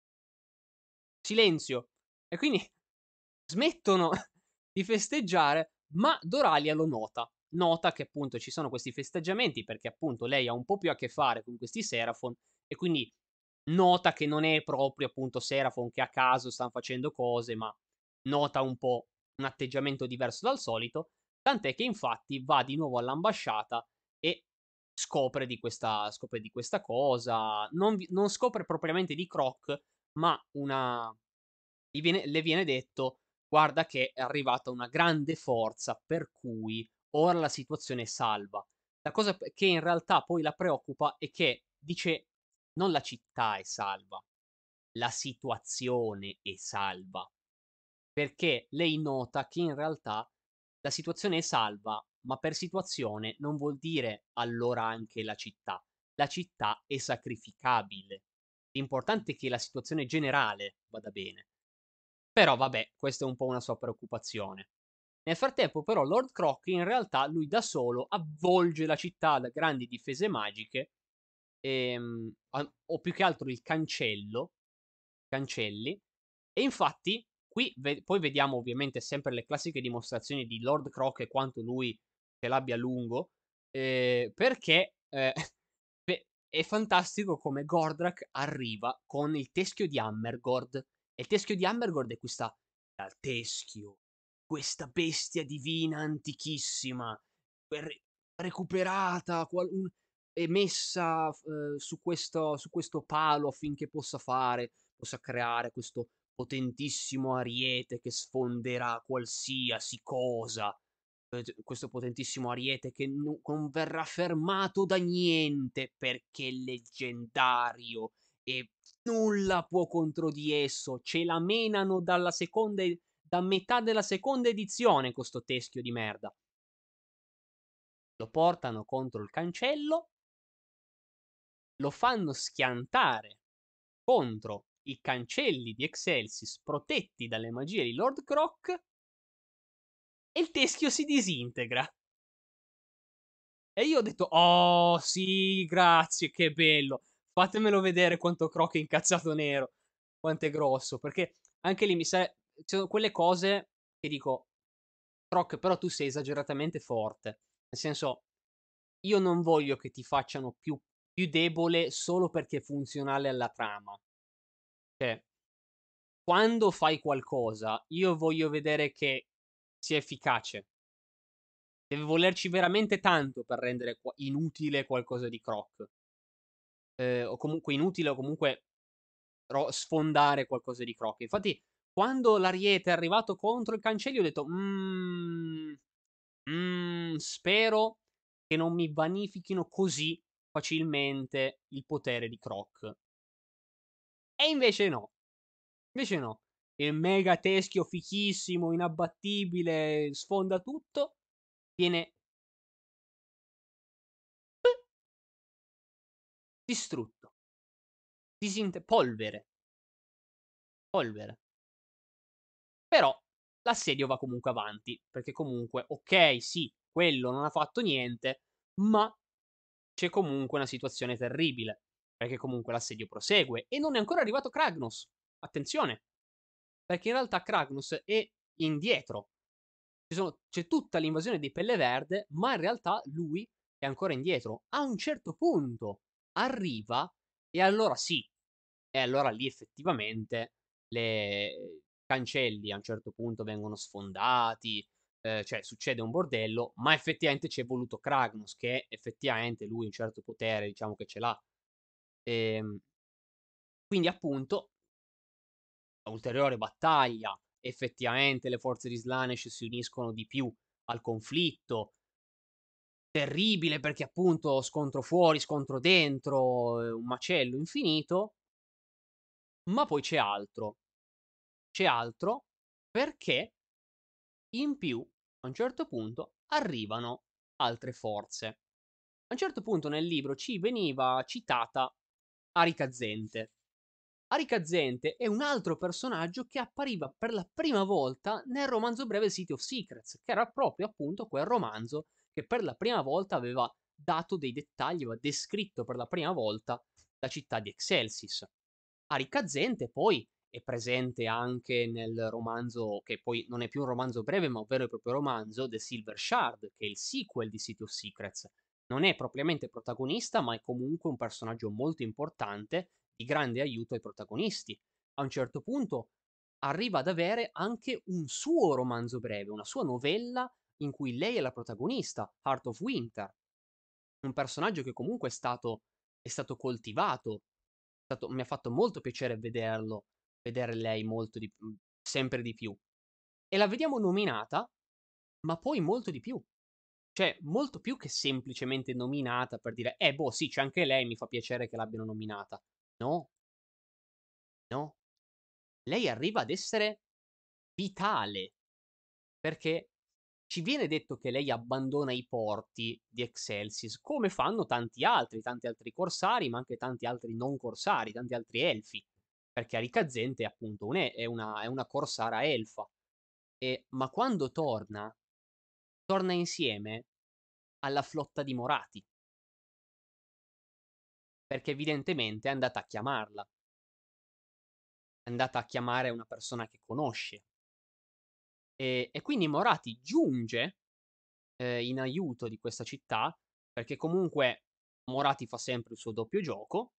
silenzio. E quindi smettono di festeggiare, ma Doralia lo nota. Nota che appunto ci sono questi festeggiamenti perché appunto lei ha un po' più a che fare con questi Seraphon e quindi nota che non è proprio appunto Seraphon che a caso stanno facendo cose, ma nota un po' un atteggiamento diverso dal solito, tant'è che infatti va di nuovo all'ambasciata e scopre di questa, scopre di questa cosa, non, vi- non scopre propriamente di Croc, ma una gli viene le viene detto: "Guarda che è arrivata una grande forza, per cui ora la situazione è salva". La cosa p che in realtà poi la preoccupa è che dice: "Non la città è salva, la situazione è salva". Perché lei nota che in realtà la situazione è salva, ma per situazione non vuol dire allora anche la città. La città è sacrificabile. L'importante è che la situazione generale vada bene. Però vabbè, questa è un po' una sua preoccupazione. Nel frattempo, però, Lord Croc in realtà lui da solo avvolge la città da grandi difese magiche, ehm, a- o più che altro il cancello, cancelli, e infatti qui ve- poi vediamo ovviamente sempre le classiche dimostrazioni di Lord Croc e quanto lui ce l'abbia lungo, eh, perché eh, beh, è fantastico come Gordrak arriva con il teschio di Hammergord. E il teschio di Hammergord è questa dal teschio, questa bestia divina antichissima, re- recuperata qual- un- e messa eh, su, questo, su questo palo affinché possa fare, possa creare questo potentissimo ariete che sfonderà qualsiasi cosa. Eh, Questo potentissimo ariete che nu- non verrà fermato da niente perché è leggendario e nulla può contro di esso. Ce la menano dalla seconda, e- da metà della seconda edizione questo teschio di merda. Lo portano contro il cancello, lo fanno schiantare contro i cancelli di Excelsis protetti dalle magie di Lord Croc e il teschio si disintegra. E io ho detto, oh sì, grazie, che bello. Fatemelo vedere quanto Croc è incazzato nero, quanto è grosso, perché anche lì mi sa... Ci sono quelle cose che dico, Croc, però tu sei esageratamente forte. Nel senso, io non voglio che ti facciano più, più debole solo perché è funzionale alla trama. Cioè, quando fai qualcosa, io voglio vedere che sia efficace. Deve volerci veramente tanto per rendere qua- inutile qualcosa di Croc. Eh, o comunque inutile o comunque ro- sfondare qualcosa di Croc. Infatti, quando l'Ariete è arrivato contro il cancello, ho detto: "Mm, mm, spero che non mi vanifichino così facilmente il potere di Croc". E invece no. Invece no. Il mega teschio fichissimo, inabbattibile, sfonda tutto. viene distrutto, disinte polvere, polvere. Però l'assedio va comunque avanti, perché comunque, okay, sì, quello non ha fatto niente, ma c'è comunque una situazione terribile, perché comunque l'assedio prosegue e non è ancora arrivato Kragnos. Attenzione, perché in realtà Kragnos è indietro. Ci sono c'è tutta l'invasione di Pelle Verde, ma in realtà lui è ancora indietro. A un certo punto arriva e allora sì, e allora lì effettivamente le cancelli a un certo punto vengono sfondati, ehm, cioè succede un bordello, ma effettivamente ci è voluto Kragnos, che effettivamente lui un certo potere diciamo che ce l'ha. Ehm, quindi appunto, ulteriore battaglia, effettivamente le forze di Slaanesh si uniscono di più al conflitto. Terribile perché appunto scontro fuori, scontro dentro, ehm, un macello infinito. Ma poi c'è altro. C'è altro perché in più, a un certo punto, arrivano altre forze. A un certo punto nel libro ci veniva citata Arika Zente. Arika Zente è un altro personaggio che appariva per la prima volta nel romanzo breve City of Secrets, che era proprio appunto quel romanzo che per la prima volta aveva dato dei dettagli, aveva descritto per la prima volta la città di Excelsis. Arika Zente poi è presente anche nel romanzo, che poi non è più un romanzo breve, ma un vero e proprio romanzo, The Silver Shard, che è il sequel di City of Secrets. Non è propriamente protagonista, ma è comunque un personaggio molto importante, di grande aiuto ai protagonisti. A un certo punto arriva ad avere anche un suo romanzo breve, una sua novella in cui lei è la protagonista, Heart of Winter. Un personaggio che comunque è stato, è stato coltivato, è stato- mi ha fatto molto piacere vederlo, vedere lei molto di, mh, sempre di più. E la vediamo nominata, ma poi molto di più. Cioè, molto più che semplicemente nominata per dire, eh, boh, sì, c'è anche lei, mi fa piacere che l'abbiano nominata. No, no. Lei arriva ad essere vitale, perché ci viene detto che lei abbandona i porti di Excelsis, come fanno tanti altri, tanti altri corsari, ma anche tanti altri non corsari, tanti altri elfi. Perché Arika Zente, appunto, un e- è, una, è una corsara elfa. E, ma quando torna, torna insieme alla flotta di Morati, perché evidentemente è andata a chiamarla, è andata a chiamare una persona che conosce. E, e quindi Morati giunge eh, in aiuto di questa città, perché comunque Morati fa sempre il suo doppio gioco,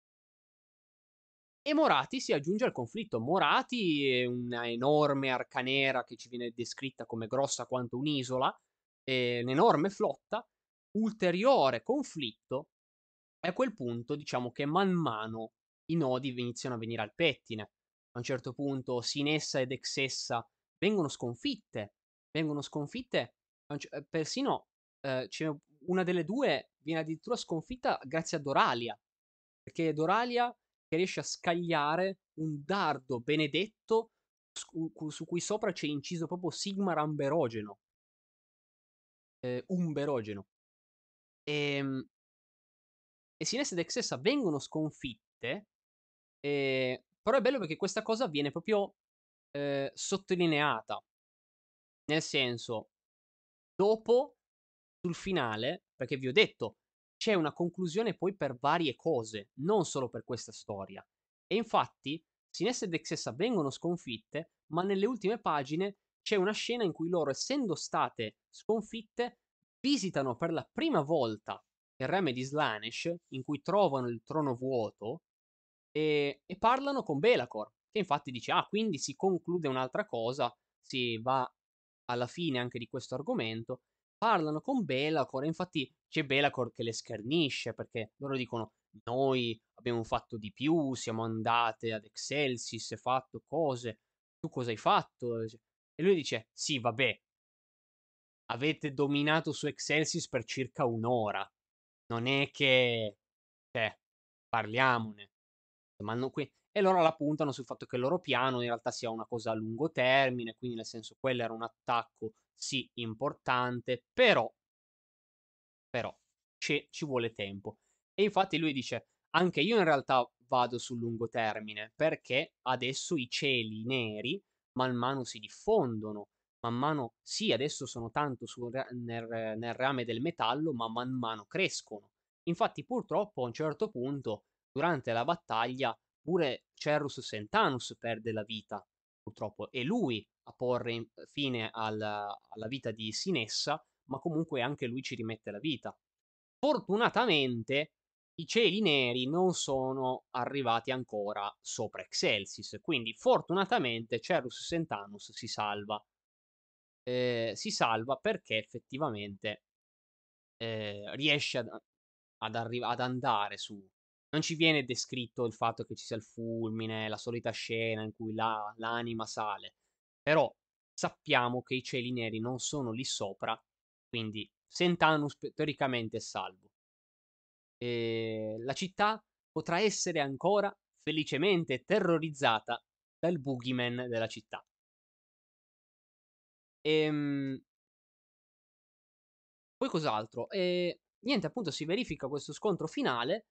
e Morati si aggiunge al conflitto. Morati è una enorme arca nera che ci viene descritta come grossa quanto un'isola, e un'enorme flotta, ulteriore conflitto, e a quel punto diciamo che man mano i nodi iniziano a venire al pettine. A un certo punto Sinessa ed Exessa vengono sconfitte, vengono sconfitte, a un cer- eh, persino eh, c'è una delle due viene addirittura sconfitta grazie a Doralia, perché è Doralia che riesce a scagliare un dardo benedetto su, cu- su cui sopra c'è inciso proprio Sigmar Amberogeno, eh, Umberogeno. E, e Sinessa ed Exessa vengono sconfitte. Ehm, però è bello perché questa cosa viene proprio, ehm, sottolineata. Nel senso, dopo, sul finale, perché vi ho detto, c'è una conclusione poi per varie cose, non solo per questa storia. E infatti Sinessa ed Exessa vengono sconfitte, ma nelle ultime pagine c'è una scena in cui loro, essendo state sconfitte, visitano per la prima volta il Regno di Slaanesh, in cui trovano il trono vuoto e, e parlano con Belacor, che infatti dice, ah, quindi si conclude un'altra cosa, si va alla fine anche di questo argomento, parlano con Belacor, e infatti c'è Belacor che le schernisce, perché loro dicono, noi abbiamo fatto di più, siamo andate ad Excelsis, e fatto cose, tu cosa hai fatto? E lui dice, sì, vabbè, avete dominato su Excelsis per circa un'ora, non è che, cioè, parliamone. Ma hanno qui e loro la puntano sul fatto che il loro piano in realtà sia una cosa a lungo termine, quindi nel senso quello era un attacco sì importante, però però ci ci vuole tempo. E infatti lui dice: "Anche io in realtà vado sul lungo termine, perché adesso i cieli neri man mano si diffondono, man mano sì, adesso sono tanto sul ra nel nel rame del metallo, ma man mano crescono. Infatti purtroppo a un certo punto, durante la battaglia, pure Cerrus Sentanus perde la vita, purtroppo. È lui a porre in fine al alla vita di Sinessa, ma comunque anche lui ci rimette la vita. Fortunatamente i cieli neri non sono arrivati ancora sopra Excelsis, quindi fortunatamente Cerus Sentanus si salva. Ehm, si salva perché effettivamente, ehm, riesce ad a ad arriva ad andare su. Non ci viene descritto il fatto che ci sia il fulmine, la solita scena in cui la l'anima sale, però sappiamo che i cieli neri non sono lì sopra, quindi Sentanus p teoricamente è salvo. Ehm, la città potrà essere ancora felicemente terrorizzata dal boogeyman della città. Ehm, poi cos'altro? Ehm, niente, appunto si verifica questo scontro finale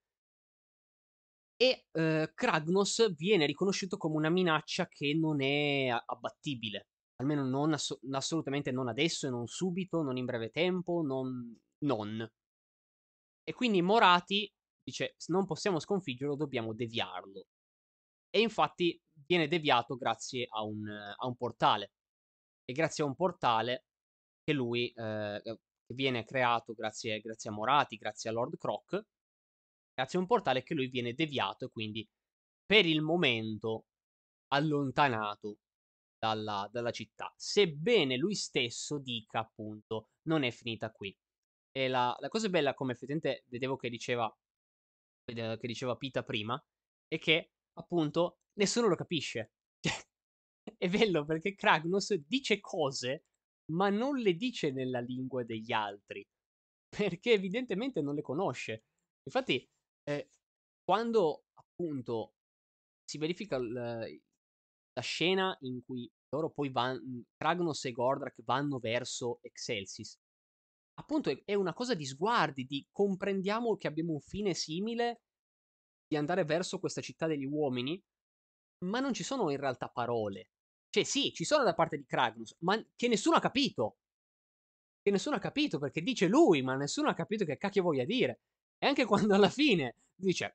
e, uhm, Kragnos viene riconosciuto come una minaccia che non è a abbattibile, almeno non asso assolutamente non adesso e non subito, non in breve tempo, non non. E quindi Morati dice: "S non possiamo sconfiggerlo, dobbiamo deviarlo." E infatti viene deviato grazie a un a un portale. E grazie a un portale che lui, ehm, che viene creato grazie grazie a Morati, grazie a Lord Croc, grazie a un portale che lui viene deviato e quindi per il momento allontanato dalla dalla città. Sebbene lui stesso dica appunto: "Non è finita qui." E la la cosa bella, come effettivamente vedevo che diceva vede che diceva Pita prima, è che appunto nessuno lo capisce. È bello perché Kragnos dice cose, ma non le dice nella lingua degli altri, perché evidentemente non le conosce. Infatti, ehm, quando appunto si verifica l la scena in cui loro poi van mhmm, Kragnos e Gordrak vanno verso Excelsis, appunto è è una cosa di sguardi, di comprendiamo che abbiamo un fine simile, di andare verso questa città degli uomini, ma non ci sono in realtà parole. Cioè sì, ci sono da parte di Kragnos, ma n che nessuno ha capito. Che nessuno ha capito perché dice lui, ma nessuno ha capito che cacchio voglia dire. E anche quando alla fine dice: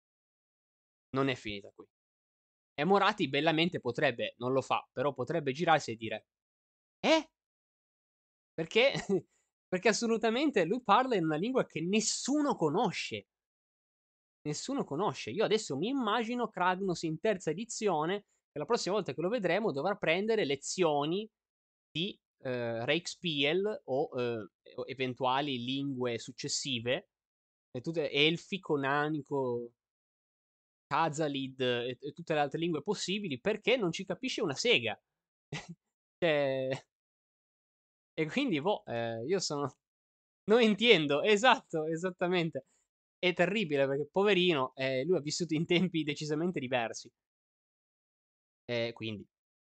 "Non è finita qui." E Morati bellamente potrebbe non lo fa, però potrebbe girarsi e dire: "Eh?" Perché perché assolutamente lui parla in una lingua che nessuno conosce. Nessuno conosce. Io adesso mi immagino Kragnos in terza edizione, che la prossima volta che lo vedremo dovrà prendere lezioni di, ehm, Reichspiel o, ehm, o eventuali lingue successive, e tutte elfico, nanico, Khazalid e e tutte le altre lingue possibili, perché non ci capisce una sega. Cioè e quindi boh, ehm, io sono non entiendo, esatto, esattamente. È terribile perché poverino, ehm, lui ha vissuto in tempi decisamente diversi. E quindi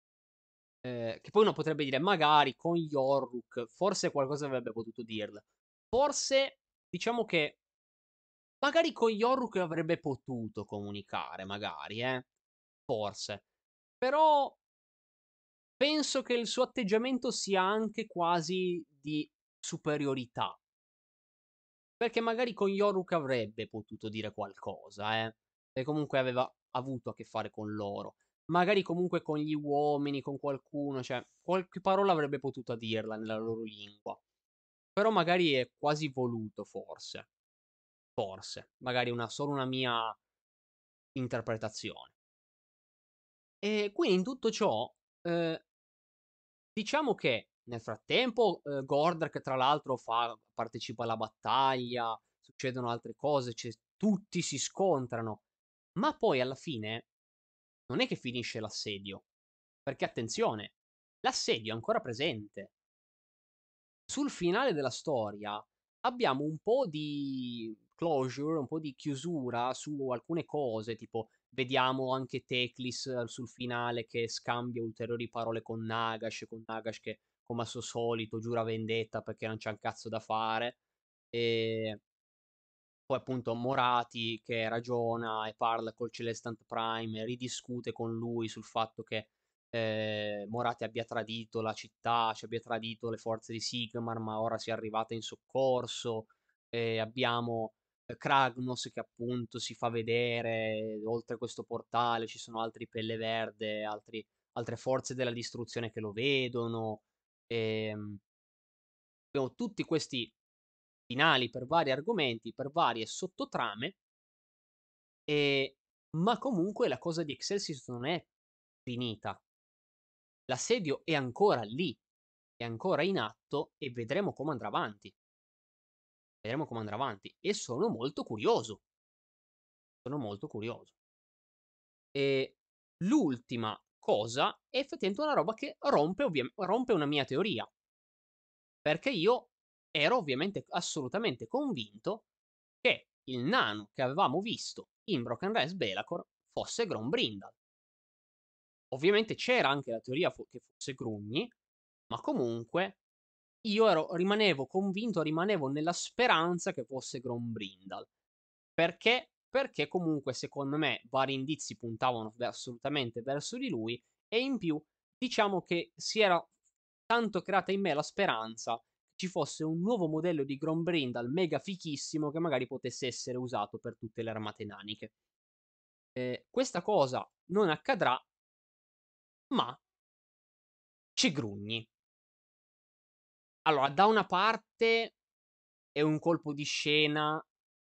ehm, che poi uno potrebbe dire: "Magari con Yorruk forse qualcosa avrebbe potuto dirla." Forse diciamo che magari con Yorruk avrebbe potuto comunicare, magari eh, forse. Però penso che il suo atteggiamento sia anche quasi di superiorità. Perché magari con Yoruk avrebbe potuto dire qualcosa, eh, e comunque aveva avuto a che fare con loro. Magari comunque con gli uomini, con qualcuno, cioè qualche parola avrebbe potuto dirla nella loro lingua. Però magari è quasi voluto forse, forse, magari una solo una mia interpretazione. E quindi in tutto ciò, ehm, diciamo che nel frattempo, uhm, Gordrak tra l'altro fa partecipa alla battaglia, succedono altre cose, c'è tutti si scontrano, ma poi alla fine non è che finisce l'assedio, perché attenzione, l'assedio è ancora presente. Sul finale della storia abbiamo un po' di closure, un po' di chiusura su alcune cose, tipo vediamo anche Teclis eh, sul finale che scambia ulteriori parole con Nagash, con Nagash che come al suo solito giura vendetta perché non c'ha un cazzo da fare. E poi appunto Morathi che ragiona e parla col Celestant Prime e ridiscute con lui sul fatto che ehm, Morathi abbia tradito la città, ci abbia tradito le forze di Sigmar, ma ora sia arrivata in soccorso. E abbiamo eh, Kragnos che appunto si fa vedere, oltre questo portale ci sono altri Pelle Verde, altri- altre forze della distruzione che lo vedono. Ehm, abbiamo tutti questi finali per vari argomenti, per varie sottotrame, e... ma comunque la cosa di Excelsis non è finita. L'assedio è ancora lì, è ancora in atto e vedremo come andrà avanti. Vedremo come andrà avanti. E sono molto curioso. Sono molto curioso. E l'ultima cosa è effettivamente una roba che rompe, ovvia- rompe una mia teoria. Perché io ero ovviamente assolutamente convinto che il nano che avevamo visto in Broken Rise Belacor fosse Grombrindal. Ovviamente c'era anche la teoria fo- che fosse Grugni, ma comunque io ero, rimanevo convinto, rimanevo nella speranza che fosse Grombrindal. Perché? Perché comunque secondo me vari indizi puntavano assolutamente verso di lui e in più diciamo che si era tanto creata in me la speranza che ci fosse un nuovo modello di Grombrindal mega fichissimo che magari potesse essere usato per tutte le armate naniche. Eh, questa cosa non accadrà, ma ci grugni. Allora, da una parte è un colpo di scena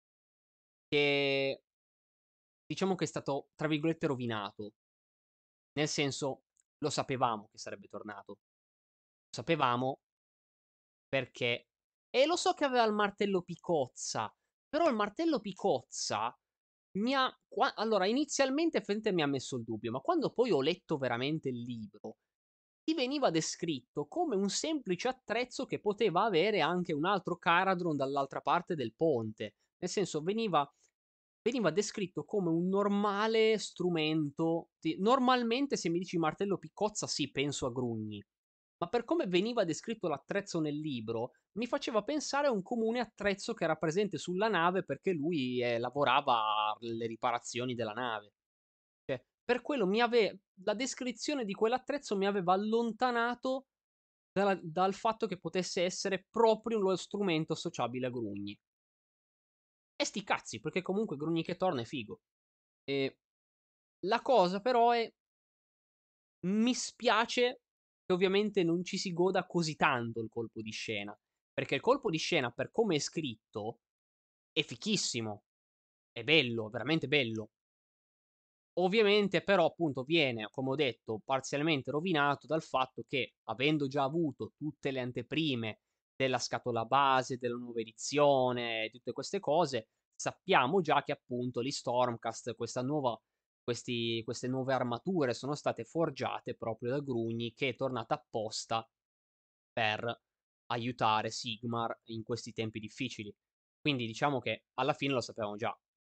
che diciamo che è stato, tra virgolette, rovinato. Nel senso, lo sapevamo che sarebbe tornato. Lo sapevamo perché... E lo so che aveva il martello Picozza, però il martello Picozza mi ha... qua- Allora, inizialmente effettivamente mi ha messo il dubbio, ma quando poi ho letto veramente il libro, ti veniva descritto come un semplice attrezzo che poteva avere anche un altro Caradron dall'altra parte del ponte. Nel senso, veniva, veniva descritto come un normale strumento. Ti- Normalmente, se mi dici martello Piccozza, sì, penso a Grugni. Ma per come veniva descritto l'attrezzo nel libro, mi faceva pensare a un comune attrezzo che era presente sulla nave perché lui eh, lavorava alle riparazioni della nave. Cioè, per quello mi ave... la descrizione di quell'attrezzo mi aveva allontanato dalla- dal fatto che potesse essere proprio lo strumento associabile a Grugni. E sti cazzi, perché comunque Grugni che torna è figo. E la cosa però è... mi spiace che ovviamente non ci si goda così tanto il colpo di scena. Perché il colpo di scena, per come è scritto, è fichissimo. È bello, veramente bello. Ovviamente però appunto viene, come ho detto, parzialmente rovinato dal fatto che, avendo già avuto tutte le anteprime della scatola base, della nuova edizione, tutte queste cose, sappiamo già che appunto gli Stormcast, questa nuova, questi, queste nuove armature sono state forgiate proprio da Grugni, che è tornata apposta per aiutare Sigmar in questi tempi difficili. Quindi diciamo che alla fine lo sapevamo già.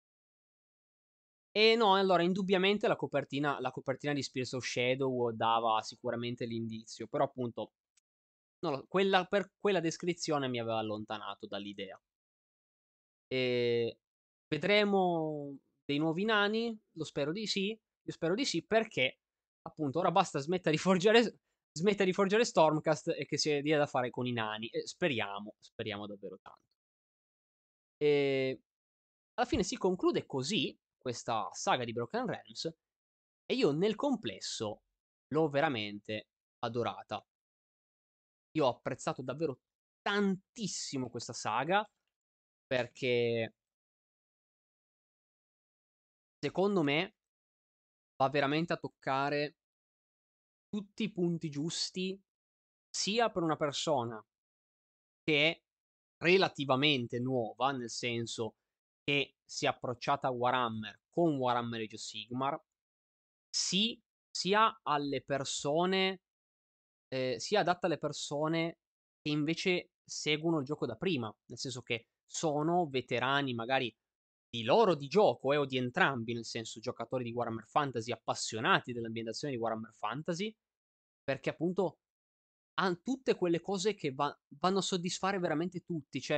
E no, allora indubbiamente la copertina la copertina di Spears of Shadow dava sicuramente l'indizio, però appunto non lo quella per quella descrizione mi aveva allontanato dall'idea. E vedremo dei nuovi nani? Lo spero di sì. Io spero di sì perché appunto ora basta smetta di forgiare smetta di forgiare Stormcast e che si dia da fare con i nani e speriamo, speriamo davvero tanto. E alla fine si conclude così questa saga di Broken Realms e io nel complesso l'ho veramente adorata. Io ho apprezzato davvero tantissimo questa saga perché secondo me va veramente a toccare tutti i punti giusti sia per una persona che è relativamente nuova, nel senso che si è approcciata a Warhammer con Warhammer Age of Sigmar, sì, sia alle persone ehm, sia adatta alle persone che invece seguono il gioco da prima, nel senso che sono veterani magari di loro di gioco, eh, o di entrambi, nel senso giocatori di Warhammer Fantasy appassionati dell'ambientazione di Warhammer Fantasy, perché appunto han tutte quelle cose che va vanno a soddisfare veramente tutti, cioè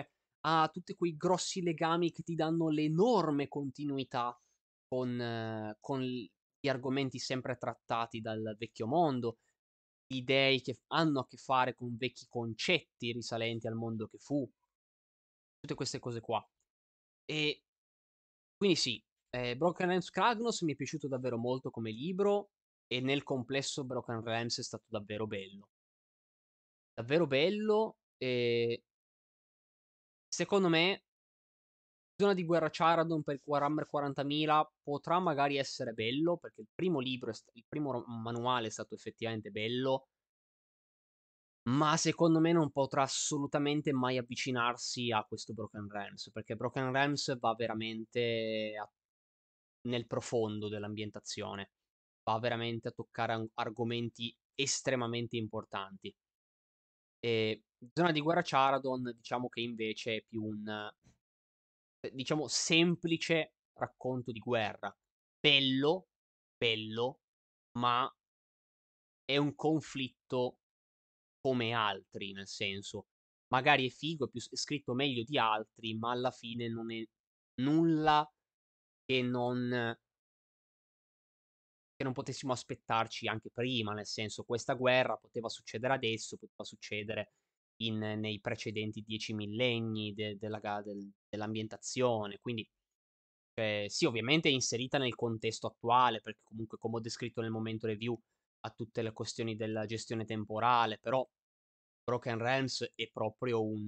ha tutti quei grossi legami che ti danno l'enorme continuità con eh, con l gli argomenti sempre trattati dal vecchio mondo, idee che f hanno a che fare con vecchi concetti risalenti al mondo che fu, tutte queste cose qua. E quindi sì, ehm, Broken Realms Kragnos mi è piaciuto davvero molto come libro e nel complesso Broken Realms è stato davvero bello. Davvero bello, e secondo me Zona di guerra Charadon per Warhammer quarantamila potrà magari essere bello, perché il primo libro è st il primo ro manuale è stato effettivamente bello, ma secondo me non potrà assolutamente mai avvicinarsi a questo Broken Realms, perché Broken Realms va veramente a nel profondo dell'ambientazione, va veramente a toccare an argomenti estremamente importanti. Ehm, Zona di guerra Charadon diciamo che invece è più un ehm, diciamo semplice racconto di guerra. Bello, bello, ma è un conflitto come altri, nel senso, magari è figo, è più s è scritto meglio di altri, ma alla fine non è nulla che non che non potessimo aspettarci anche prima, nel senso, questa guerra poteva succedere adesso, poteva succedere in nei precedenti dieci millenni de della ga del dell'ambientazione, quindi Ehm, sì, ovviamente è inserita nel contesto attuale, perché comunque, come ho descritto nel momento review, ha tutte le questioni della gestione temporale, però Broken Realms è proprio un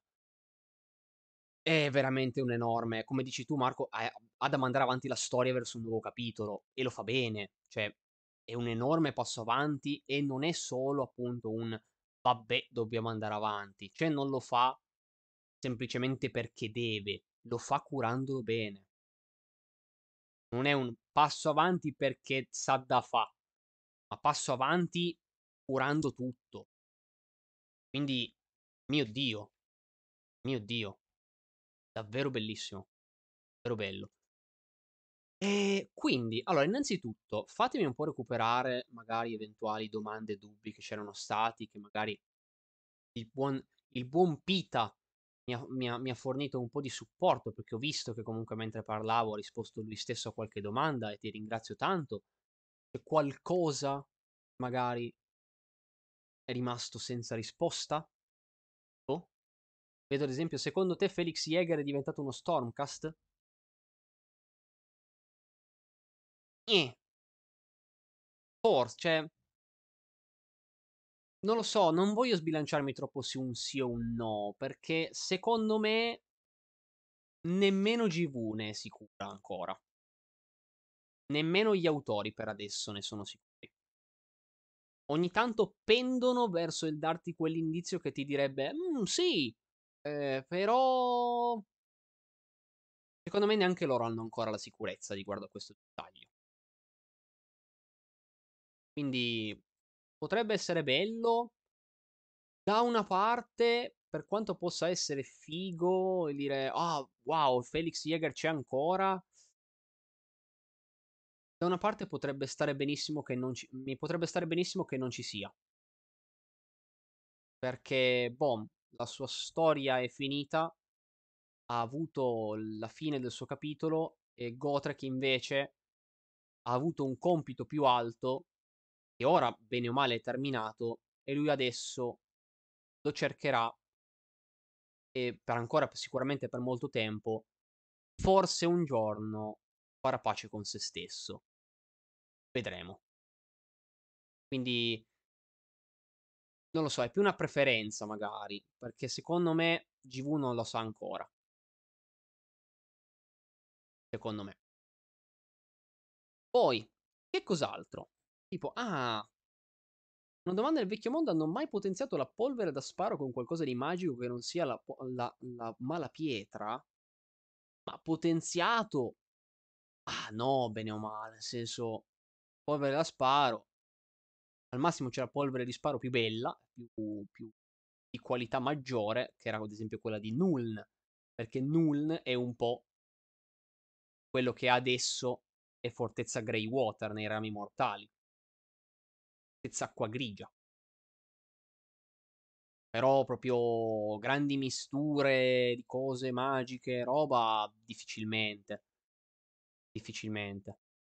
è veramente un enorme, come dici tu Marco, ha ha da mandare avanti la storia verso un nuovo capitolo e lo fa bene. Cioè, è un enorme passo avanti e non è solo appunto un: "Vabbè, dobbiamo andare avanti." Cioè, non lo fa semplicemente perché deve, lo fa curandolo bene. Non è un passo avanti perché s'ha da fa', ma passo avanti curando tutto. Quindi, mio Dio, mio Dio, davvero bellissimo, davvero bello. Ehm, quindi, allora innanzitutto fatemi un po' recuperare magari eventuali domande e dubbi che c'erano stati, che magari il buon il buon Pita mi ha mi ha mi ha fornito un po' di supporto, perché ho visto che comunque mentre parlavo ha risposto lui stesso a qualche domanda e ti ringrazio tanto. C'è qualcosa magari è rimasto senza risposta? Boh. Vedo ad esempio, secondo te Felix Jäger è diventato uno Stormcast? Eh, forse, cioè, non lo so, non voglio sbilanciarmi troppo su un sì o un no, perché secondo me nemmeno G V ne è sicura ancora. Nemmeno gli autori per adesso ne sono sicuri. Ogni tanto pendono verso il darti quell'indizio che ti direbbe: "Mhmm, sì, ehm, però" secondo me neanche loro hanno ancora la sicurezza riguardo a questo dettaglio. Quindi potrebbe essere bello. Da una parte, per quanto possa essere figo e dire: "Ah, wow, Felix Jäger c'è ancora", da una parte potrebbe stare benissimo che non ci mi potrebbe stare benissimo che non ci sia, perché, boh, la sua storia è finita, ha avuto la fine del suo capitolo e Gotrek invece ha avuto un compito più alto, che ora bene o male è terminato, e lui adesso lo cercherà, e per ancora p sicuramente per molto tempo, forse un giorno farà pace con se stesso. Vedremo. Quindi non lo so, è più una preferenza magari, perché secondo me G V non lo sa ancora, secondo me. Poi, che cos'altro? Tipo, ah, una domanda: nel vecchio mondo hanno mai potenziato la polvere da sparo con qualcosa di magico che non sia la po la la malapietra? Ma potenziato, ah no, bene o male, nel senso, polvere da sparo, al massimo c'era polvere di sparo più bella, più più di qualità maggiore, che era ad esempio quella di Nuln, perché Nuln è un po' quello che adesso è Fortezza Greywater nei Rami Mortali, Fortezza Acqua Grigia. Però proprio grandi misture di cose magiche, roba, difficilmente. Difficilmente.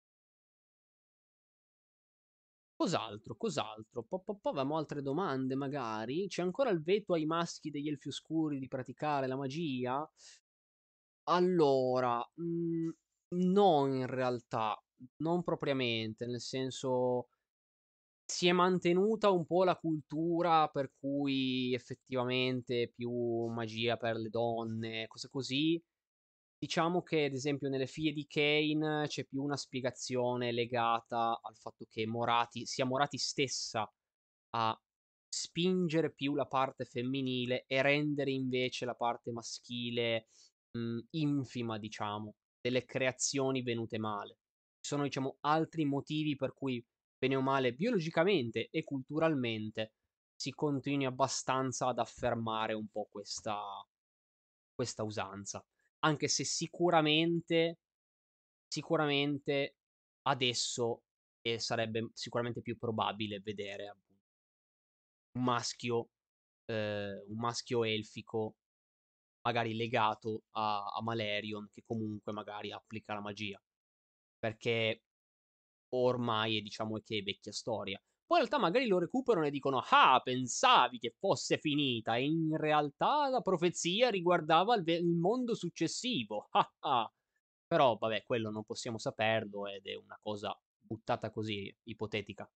Cos'altro, cos'altro? Po, po, po, avevamo altre domande magari? C'è ancora il veto ai maschi degli elfi oscuri di praticare la magia? Allora, mhmm, no in realtà, non propriamente, nel senso si è mantenuta un po' la cultura per cui effettivamente più magia per le donne, cose così. Diciamo che, ad esempio, nelle Figlie di Cain c'è più una spiegazione legata al fatto che Morati sia Morati stessa a spingere più la parte femminile e rendere invece la parte maschile, mhmm, infima diciamo, delle creazioni venute male. Ci sono diciamo altri motivi per cui, bene o male, biologicamente e culturalmente, si continui abbastanza ad affermare un po' questa questa usanza. Anche se sicuramente sicuramente adesso, ehm, sarebbe sicuramente più probabile vedere appu un maschio ehm, un maschio elfico, magari legato a a Malerion, che comunque magari applica la magia. Perché ormai è diciamo che è vecchia storia. Poi in realtà magari lo recuperano e dicono: "Ah, pensavi che fosse finita, e in realtà la profezia riguardava il ve il mondo successivo. Ah, ah." Però vabbè, quello non possiamo saperlo ed è una cosa buttata così, ipotetica.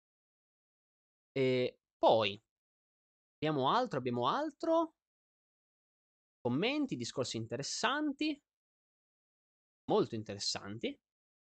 E poi abbiamo altro, abbiamo altro? Commenti, discorsi interessanti, molto interessanti.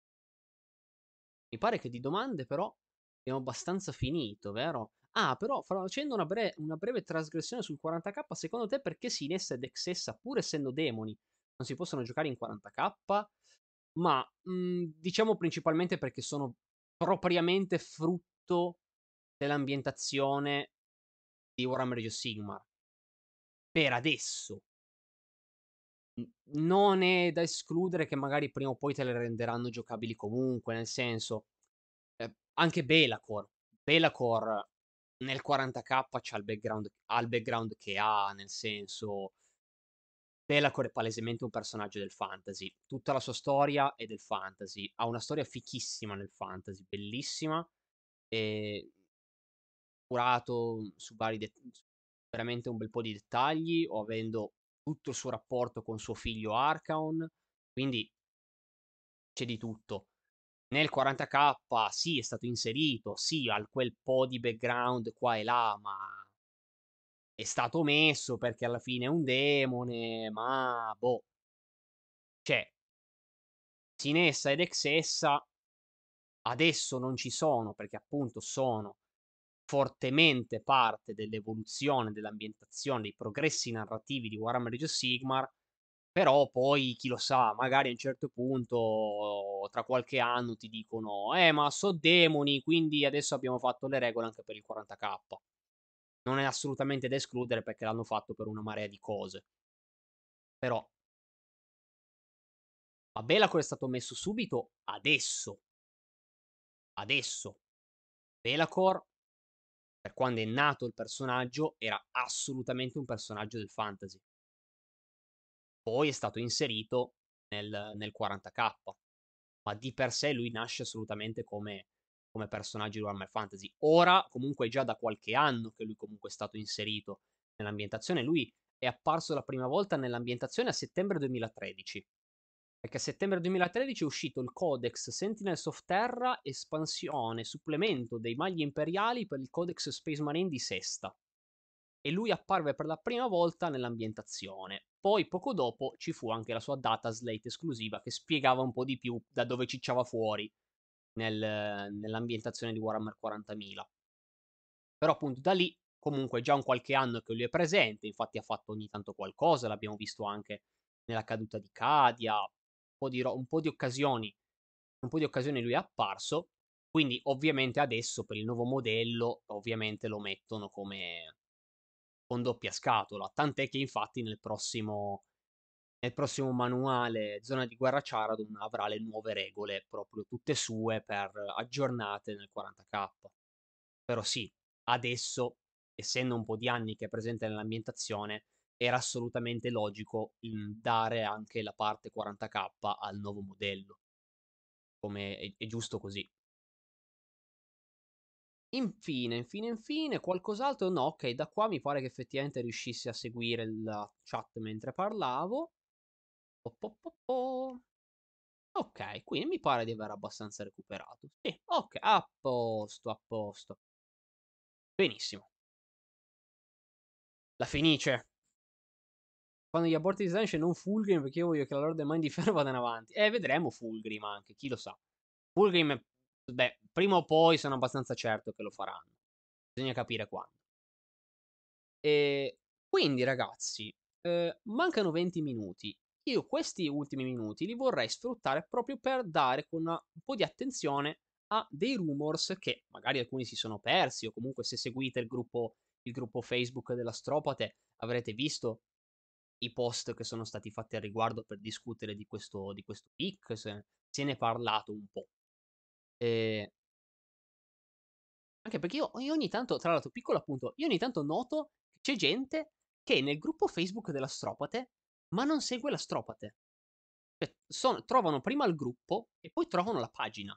Mi pare che di domande però abbiamo abbastanza finito, vero? Ah, però facendo una, bre- una breve trasgressione sul quaranta K, secondo te perché Sinessa ed Exessa, pur essendo demoni, non si possono giocare in quaranta K? Ma mh, diciamo principalmente perché sono propriamente frutto dell'ambientazione di Warhammer Age of Sigmar. Per adesso. N non è da escludere che magari prima o poi te le renderanno giocabili comunque, nel senso, ehm, anche Belacor. Belacor nel quaranta K c'ha il background ha il background che ha, nel senso Belacor è palesemente un personaggio del fantasy. Tutta la sua storia è del fantasy. Ha una storia fichissima nel fantasy, bellissima, ehm curato su vari det s veramente un bel po' di dettagli, o avendo tutto il suo rapporto con suo figlio Archaon, quindi c'è di tutto. Nel quaranta K sì, è stato inserito, sì, ha quel po' di background qua e là, ma è stato messo perché alla fine è un demone, ma boh. Cioè, Sinessa ed Exessa adesso non ci sono perché appunto sono fortemente parte dell'evoluzione, dell'ambientazione, dei progressi narrativi di Warhammer Age of Sigmar, però poi chi lo sa, magari a un certo punto, tra qualche anno ti dicono: "Eh, ma so' demoni, quindi adesso abbiamo fatto le regole anche per il quaranta K." Non è assolutamente da escludere perché l'hanno fatto per una marea di cose. Però ma Belacor è stato messo subito adesso, adesso. Belacor, per quando è nato il personaggio, era assolutamente un personaggio del fantasy. Poi è stato inserito nel nel quaranta K, ma di per sé lui nasce assolutamente come come personaggio di Warhammer Fantasy. Ora, comunque è già da qualche anno che lui comunque è stato inserito nell'ambientazione. Lui è apparso la prima volta nell'ambientazione a settembre duemilatredici, perché a settembre duemilatredici è uscito il Codex Sentinels of Terra, espansione, supplemento dei Magli Imperiali per il Codex Space Marine di Sesta. E lui apparve per la prima volta nell'ambientazione. Poi poco dopo ci fu anche la sua data slate esclusiva che spiegava un po' di più da dove cicciava fuori nel, nell'ambientazione di Warhammer quarantamila. Però appunto da lì comunque già un qualche anno che lui è presente, infatti ha fatto ogni tanto qualcosa, l'abbiamo visto anche nella caduta di Cadia, un po' di, ro- un po' di occasioni, un po' di occasioni lui è apparso, quindi ovviamente adesso per il nuovo modello ovviamente lo mettono come con doppia scatola, tant'è che infatti nel prossimo, nel prossimo manuale Zona di Guerra Charadon avrà le nuove regole proprio tutte sue per aggiornate nel quaranta K. Però sì, adesso essendo un po' di anni che è presente nell'ambientazione, era assolutamente logico, mhmm, dare anche la parte quaranta K al nuovo modello. Come è è giusto così. Infine, infine, infine, qualcos'altro? No, okay, da qua mi pare che effettivamente riuscissi a seguire la chat mentre parlavo. Po, po, po, po. Okay, quindi mi pare di aver abbastanza recuperato. Sì, okay, a posto, a posto. Benissimo. La Fenice. Quando gli aborti di Slaanesh e non Fulgrim, perché io voglio che la loro Mind di Ferro vadano avanti. Eh, vedremo Fulgrim anche, chi lo sa. Fulgrim, beh, prima o poi sono abbastanza certo che lo faranno. Bisogna capire quando. Ehm, quindi ragazzi, ehm, mancano venti minuti. Io questi ultimi minuti li vorrei sfruttare proprio per dare con una un po' di attenzione a dei rumors che magari alcuni si sono persi o comunque se seguite il gruppo il gruppo Facebook dell'Astropate avrete visto i post che sono stati fatti al riguardo per discutere di questo di questo leak, se se ne è parlato un po'. Ehm Anche perché io io ogni tanto tra l'altro piccolo appunto, io ogni tanto noto che c'è gente che nel gruppo Facebook dell'Astropate, ma non segue l'Astropate. Cioè, son trovano prima il gruppo e poi trovano la pagina.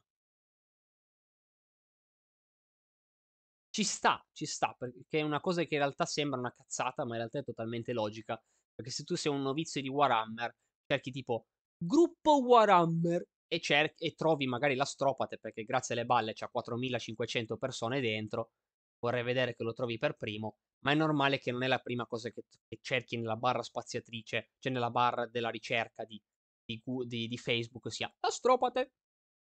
Ci sta, ci sta, perché è una cosa che in realtà sembra una cazzata, ma in realtà è totalmente logica. Perché se tu sei un novizio di Warhammer, cerchi tipo gruppo Warhammer e, cer- e trovi magari l'Astropate, perché grazie alle balle c'ha quattromilacinquecento persone dentro, vorrei vedere che lo trovi per primo, ma è normale che non è la prima cosa che, che cerchi nella barra spaziatrice, cioè nella barra della ricerca di, di Gu- di- di Facebook, sia l'Astropate.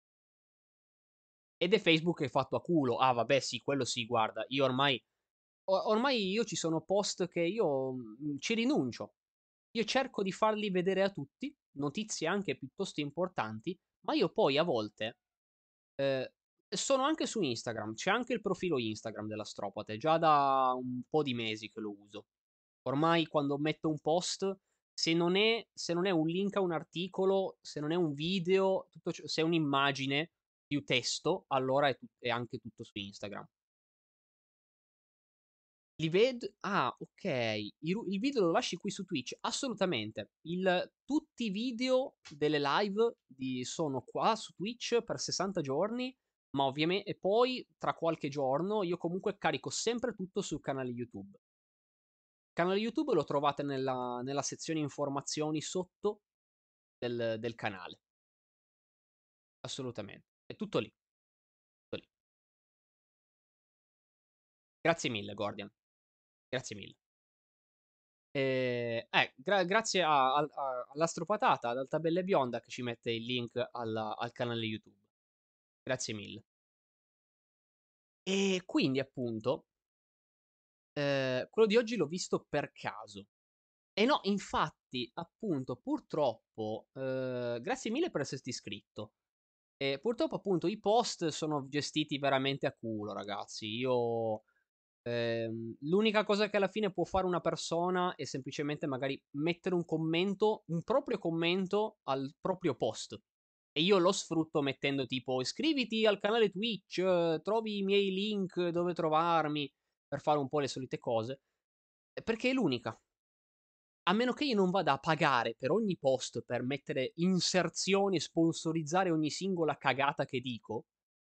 Ed è Facebook che è fatto a culo. Ah, vabbè, sì, quello sì, guarda. Io ormai. o- Ormai io ci sono post che io mm, ci rinuncio. Io cerco di farli vedere a tutti, notizie anche piuttosto importanti, ma io poi a volte eh, sono anche su Instagram. C'è anche il profilo Instagram della Stropate, già da un po' di mesi che lo uso. Ormai quando metto un post, se non è, se non è un link a un articolo, se non è un video, tutto ciò- se è un'immagine più testo, allora è, tut- è anche tutto su Instagram. Li ved ah, okay. I ru il video lo lasci qui su Twitch? Assolutamente. Il tutti i video delle live di sono qua su Twitch per sessanta giorni, ma ovviame e poi tra qualche giorno io comunque carico sempre tutto sul canale YouTube. Canale YouTube lo trovate nella nella sezione informazioni sotto del del canale. Assolutamente. È tutto lì, tutto lì. Grazie mille Gordian, grazie mille. Ehm, eh, gra grazie a al a all'Astropatata, ad Altabella e Bionda che ci mette il link al al canale YouTube. Grazie mille. E quindi appunto, ehm, quello di oggi l'ho visto per caso. E no, infatti, appunto, purtroppo, ehm, grazie mille per esserti iscritto. E purtroppo appunto i post sono gestiti veramente a culo, ragazzi. Io Ehm, l'unica cosa che alla fine può fare una persona è semplicemente magari mettere un commento, un proprio commento al proprio post. E io lo sfrutto mettendo tipo iscriviti al canale Twitch, eh, trovi i miei link dove trovarmi, per fare un po' le solite cose. eh, Perché è l'unica. A meno che io non vada a pagare per ogni post per mettere inserzioni e sponsorizzare ogni singola cagata che dico.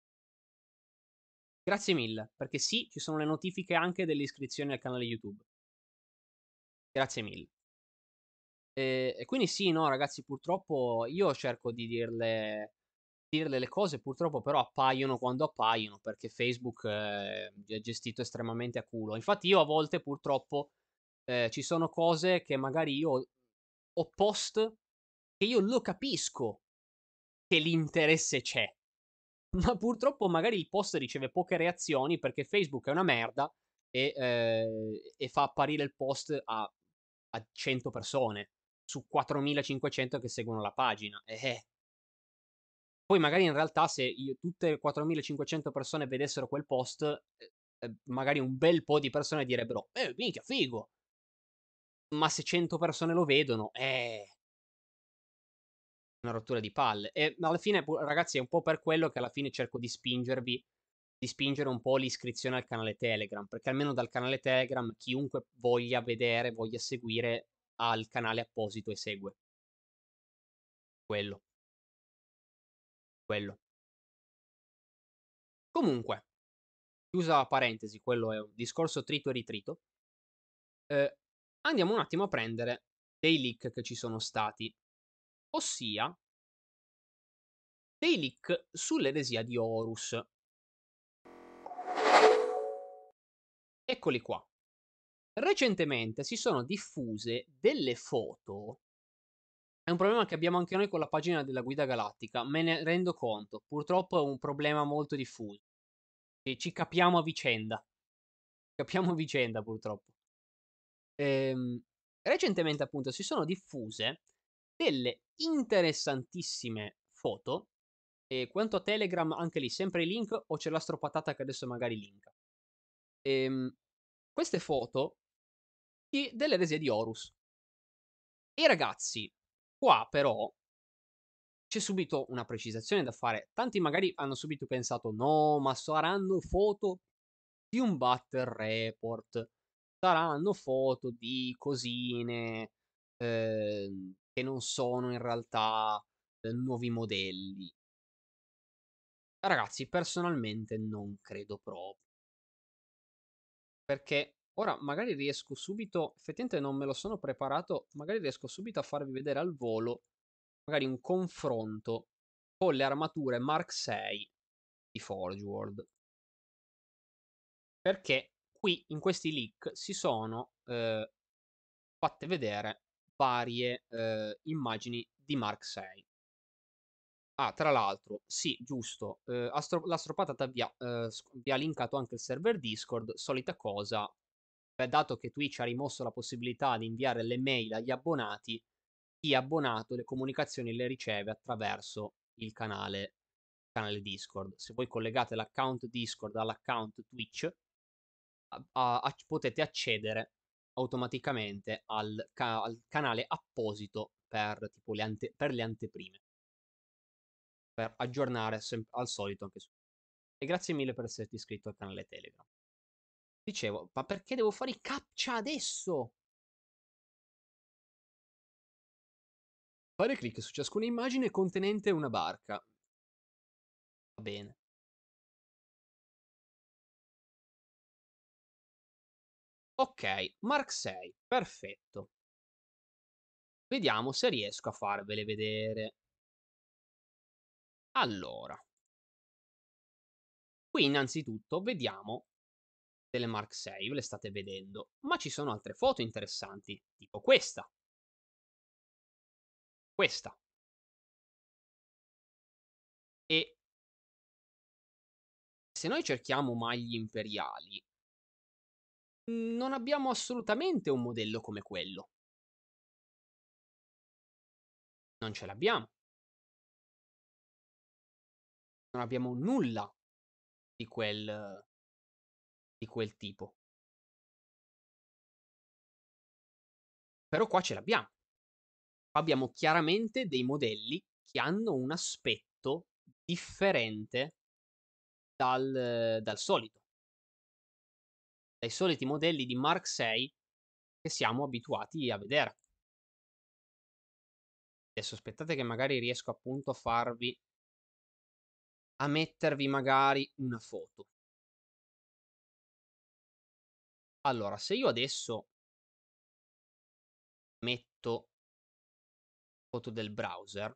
Grazie mille, perché sì, ci sono le notifiche anche delle iscrizioni al canale YouTube. Grazie mille. Ehm, e quindi sì, no, ragazzi, purtroppo io cerco di dirle dirle le cose, purtroppo però appaiono quando appaiono, perché Facebook eh, è gestito estremamente a culo. Infatti io a volte purtroppo, ehm, ci sono cose che magari io ho post che io lo capisco che l'interesse c'è, ma purtroppo magari il post riceve poche reazioni perché Facebook è una merda e, ehm, e fa apparire il post a a cento persone su quattromilacinquecento che seguono la pagina. Eh, eh. Poi magari in realtà se io tutte le quattromilacinquecento persone vedessero quel post, eh, eh, magari un bel po' di persone direbbero: "Eh, minchia, figo". Ma se cento persone lo vedono, eh, una rottura di palle. E alla fine, pu ragazzi, è un po' per quello che alla fine cerco di spingervi di spingere un po' l'iscrizione al canale Telegram, perché almeno dal canale Telegram chiunque voglia vedere, voglia seguire, ha il canale apposito e segue. Quello. Quello. Comunque, chiusa la parentesi, quello è un discorso trito e ritrito. Eh, andiamo un attimo a prendere dei leak che ci sono stati, ossia dei leak sull'eresia di Horus. Eccoli qua. Recentemente si sono diffuse delle foto. È un problema che abbiamo anche noi con la pagina della Guida Galattica, me ne rendo conto. Purtroppo è un problema molto diffuso. E ci capiamo a vicenda. Capiamo a vicenda, purtroppo. Ehm, recentemente, appunto, si sono diffuse delle interessantissime foto. E quanto a Telegram, anche lì, sempre i link o c'è l'astropatata che adesso magari linka. Ehm, queste foto di, dell'eresia di Horus. E ragazzi, qua però c'è subito una precisazione da fare. Tanti magari hanno subito pensato: no, ma saranno foto di un battle report, saranno foto di cosine ehm, che non sono in realtà eh, nuovi modelli. Ragazzi, personalmente non credo proprio. Perché ora magari riesco subito, effettivamente non me lo sono preparato, magari riesco subito a farvi vedere al volo, magari un confronto con le armature Mark sei di Forge World. Perché qui in questi leak si sono eh, fatte vedere varie eh, immagini di Mark sei. Ah, tra l'altro, sì, giusto, eh, Astro- l'Astropatata vi ha, eh, sc- vi ha linkato anche il server Discord, solita cosa, beh, dato che Twitch ha rimosso la possibilità di inviare le mail agli abbonati, chi è abbonato le comunicazioni le riceve attraverso il canale, canale Discord. Se voi collegate l'account Discord all'account Twitch, a- a- a- potete accedere automaticamente al, ca- al canale apposito per, tipo, le ante- per le anteprime, per aggiornare sem- al solito anche su. E grazie mille per esserti iscritto al canale Telegram. Dicevo, ma perché devo fare i captcha adesso? Fare clic su ciascuna immagine contenente una barca. Va bene. Ok, Mark sei, perfetto. Vediamo se riesco a farvele vedere. Allora, qui innanzitutto vediamo delle Mark sei, ve le state vedendo, ma ci sono altre foto interessanti, tipo questa, questa. E se noi cerchiamo maglie imperiali, non abbiamo assolutamente un modello come quello. Non ce l'abbiamo. Non abbiamo nulla di quel, di quel tipo. Però qua ce l'abbiamo. Abbiamo chiaramente dei modelli che hanno un aspetto differente dal, dal solito, dai soliti modelli di Mark sei che siamo abituati a vedere. Adesso aspettate che magari riesco appunto a farvi, a mettervi magari una foto. Allora, se io adesso metto foto del browser,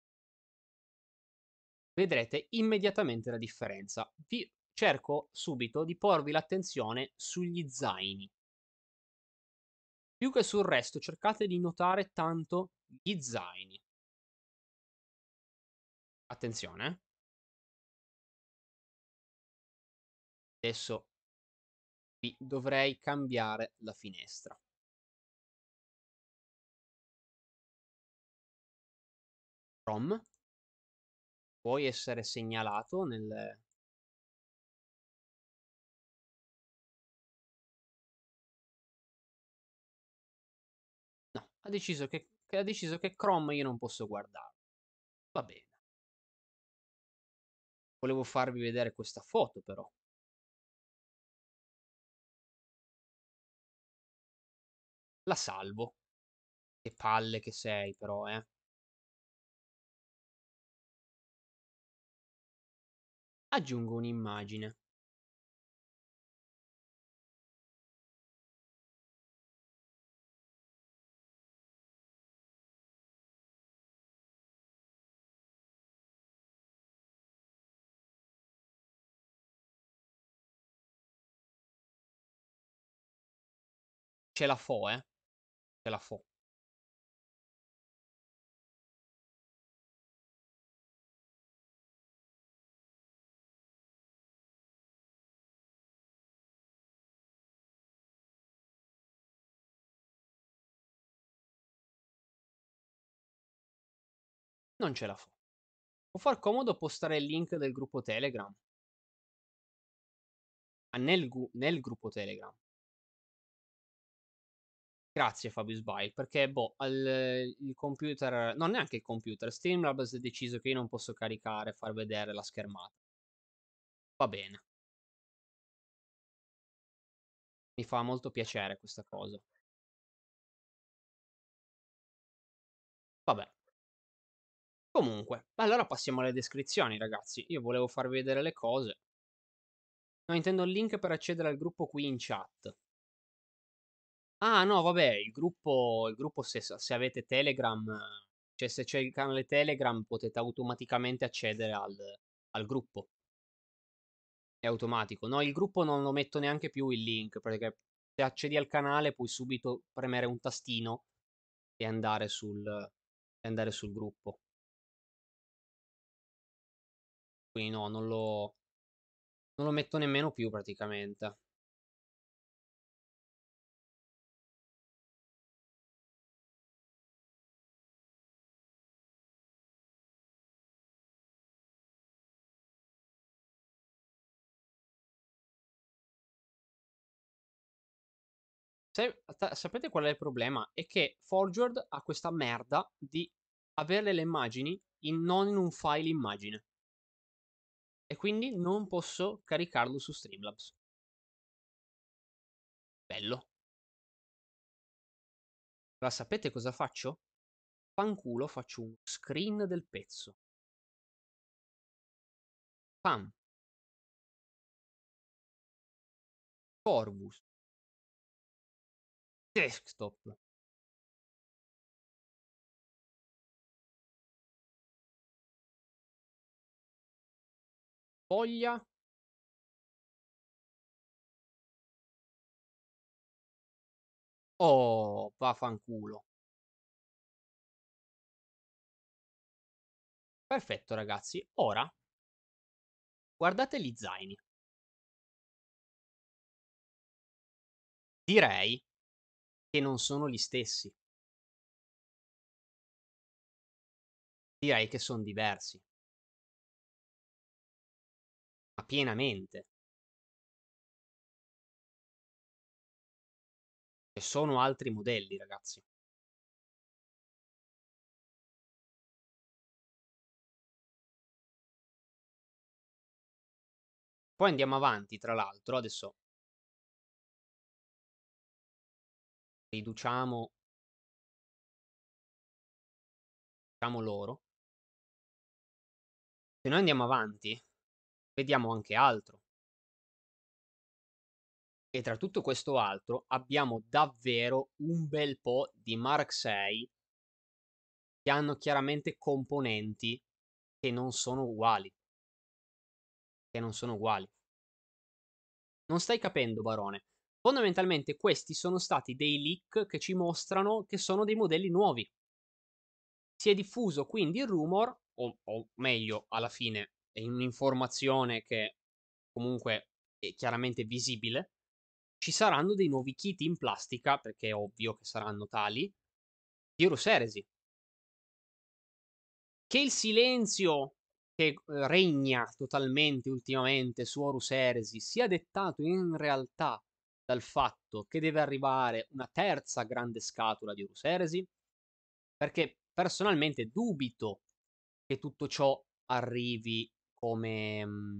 vedrete immediatamente la differenza. Vi cerco subito di porvi l'attenzione sugli zaini. Più che sul resto, cercate di notare tanto gli zaini. Attenzione, eh. Adesso vi dovrei cambiare la finestra. Chrome, puoi essere segnalato nel... No, ha deciso che, che ha deciso che Chrome io non posso guardare. Va bene. Volevo farvi vedere questa foto però. La salvo. Che palle che sei però, eh. Aggiungo un'immagine. Ce la fo, eh. Ce la fo. Non ce la fo. Può far comodo postare il link del gruppo Telegram? Ah, nel, gu- nel gruppo Telegram. Grazie Fabio Sbail, perché boh, al, il computer, non neanche il computer, Streamlabs ha deciso che io non posso caricare e far vedere la schermata. Va bene, mi fa molto piacere questa cosa. Vabbè, comunque, allora passiamo alle descrizioni, ragazzi. Io volevo farvi vedere le cose. No, intendo il link per accedere al gruppo qui in chat. Ah, no, vabbè, il gruppo, il gruppo se, se avete Telegram, cioè se c'è il canale Telegram potete automaticamente accedere al, al gruppo. È automatico. No, il gruppo non lo metto neanche più il link, perché se accedi al canale puoi subito premere un tastino e andare sul, e andare sul gruppo. Quindi no, non lo, non lo metto nemmeno più praticamente. Se- ta- sapete qual è il problema? È che Forged ha questa merda di avere le immagini in- non in un file immagine. E quindi non posso caricarlo su Streamlabs. Bello. Allora sapete cosa faccio? Fanculo, faccio un screen del pezzo. Pam. Corvus. Desktop. Foglia. Oh, vaffanculo. Perfetto, ragazzi. Ora guardate gli zaini. Direi che non sono gli stessi. Direi che sono diversi. Ma pienamente. E sono altri modelli, ragazzi. Poi andiamo avanti, tra l'altro. Adesso riduciamo, diciamo loro. Se noi andiamo avanti, vediamo anche altro. E tra tutto questo altro abbiamo davvero un bel po' di Mark sei che hanno chiaramente componenti che non sono uguali. Che non sono uguali. Non stai capendo, Barone. Fondamentalmente questi sono stati dei leak che ci mostrano che sono dei modelli nuovi. Si è diffuso quindi il rumor, o, o meglio, alla fine è un'informazione che comunque è chiaramente visibile. Ci saranno dei nuovi kit in plastica, perché è ovvio che saranno tali, di Horus Heresy. Che il silenzio che eh, regna totalmente ultimamente su Horus Heresy sia dettato in realtà dal fatto che deve arrivare una terza grande scatola di Horus Heresy, perché personalmente dubito che tutto ciò arrivi come, mhmm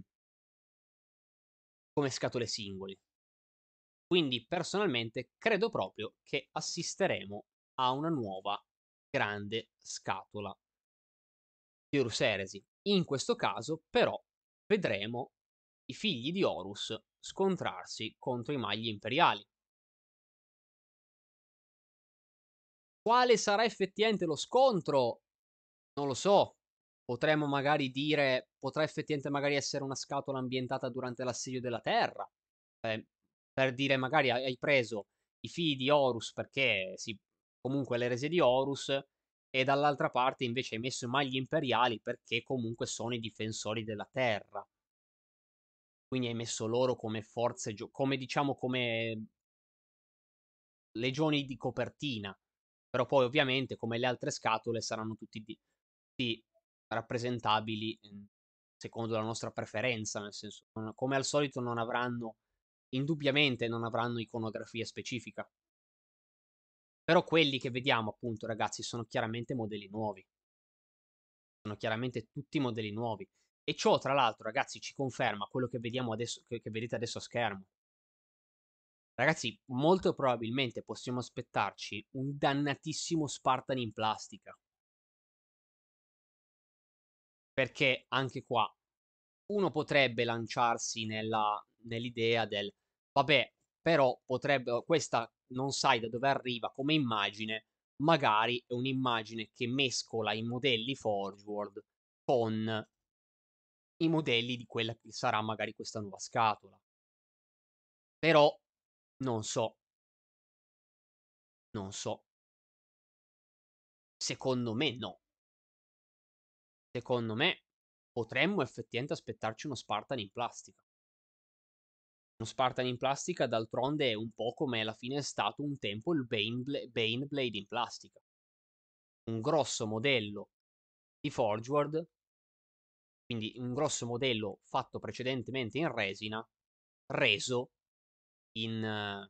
come scatole singoli. Quindi personalmente credo proprio che assisteremo a una nuova grande scatola di Horus Heresy. In questo caso però vedremo i figli di Horus scontrarsi contro i maghi imperiali. Quale sarà effettivamente lo scontro? Non lo so. Potremmo magari dire potrà effettivamente magari essere una scatola ambientata durante l'assedio della Terra. Ehm, per dire magari hai hai preso i figli di Horus perché sì, comunque l'eresia di Horus, e dall'altra parte invece hai messo i maghi imperiali perché comunque sono i difensori della Terra. Quindi hai messo loro come forze gio come diciamo come legioni di copertina. Però poi ovviamente come le altre scatole saranno tutti di tutti rappresentabili, mhmm, secondo la nostra preferenza, nel senso, non come al solito non avranno indubbiamente non avranno iconografia specifica. Però quelli che vediamo appunto ragazzi sono chiaramente modelli nuovi. Sono chiaramente tutti modelli nuovi. E ciò tra l'altro ragazzi ci conferma quello che vediamo adesso che che vedete adesso a schermo. Ragazzi, molto probabilmente possiamo aspettarci un dannatissimo Spartan in plastica. Perché anche qua uno potrebbe lanciarsi nella nell'idea del: "Vabbè, però potrebbe questa non sai da dove arriva come immagine, magari è un'immagine che mescola i modelli Forge World con i modelli di quella che sarà magari questa nuova scatola". Però non so, non so. Secondo me no. Secondo me potremmo effettivamente aspettarci uno Spartan in plastica. Uno Spartan in plastica d'altronde è un po' come alla fine è stato un tempo il Baneble Baneblade in plastica. Un grosso modello di Forge World, quindi un grosso modello fatto precedentemente in resina, reso in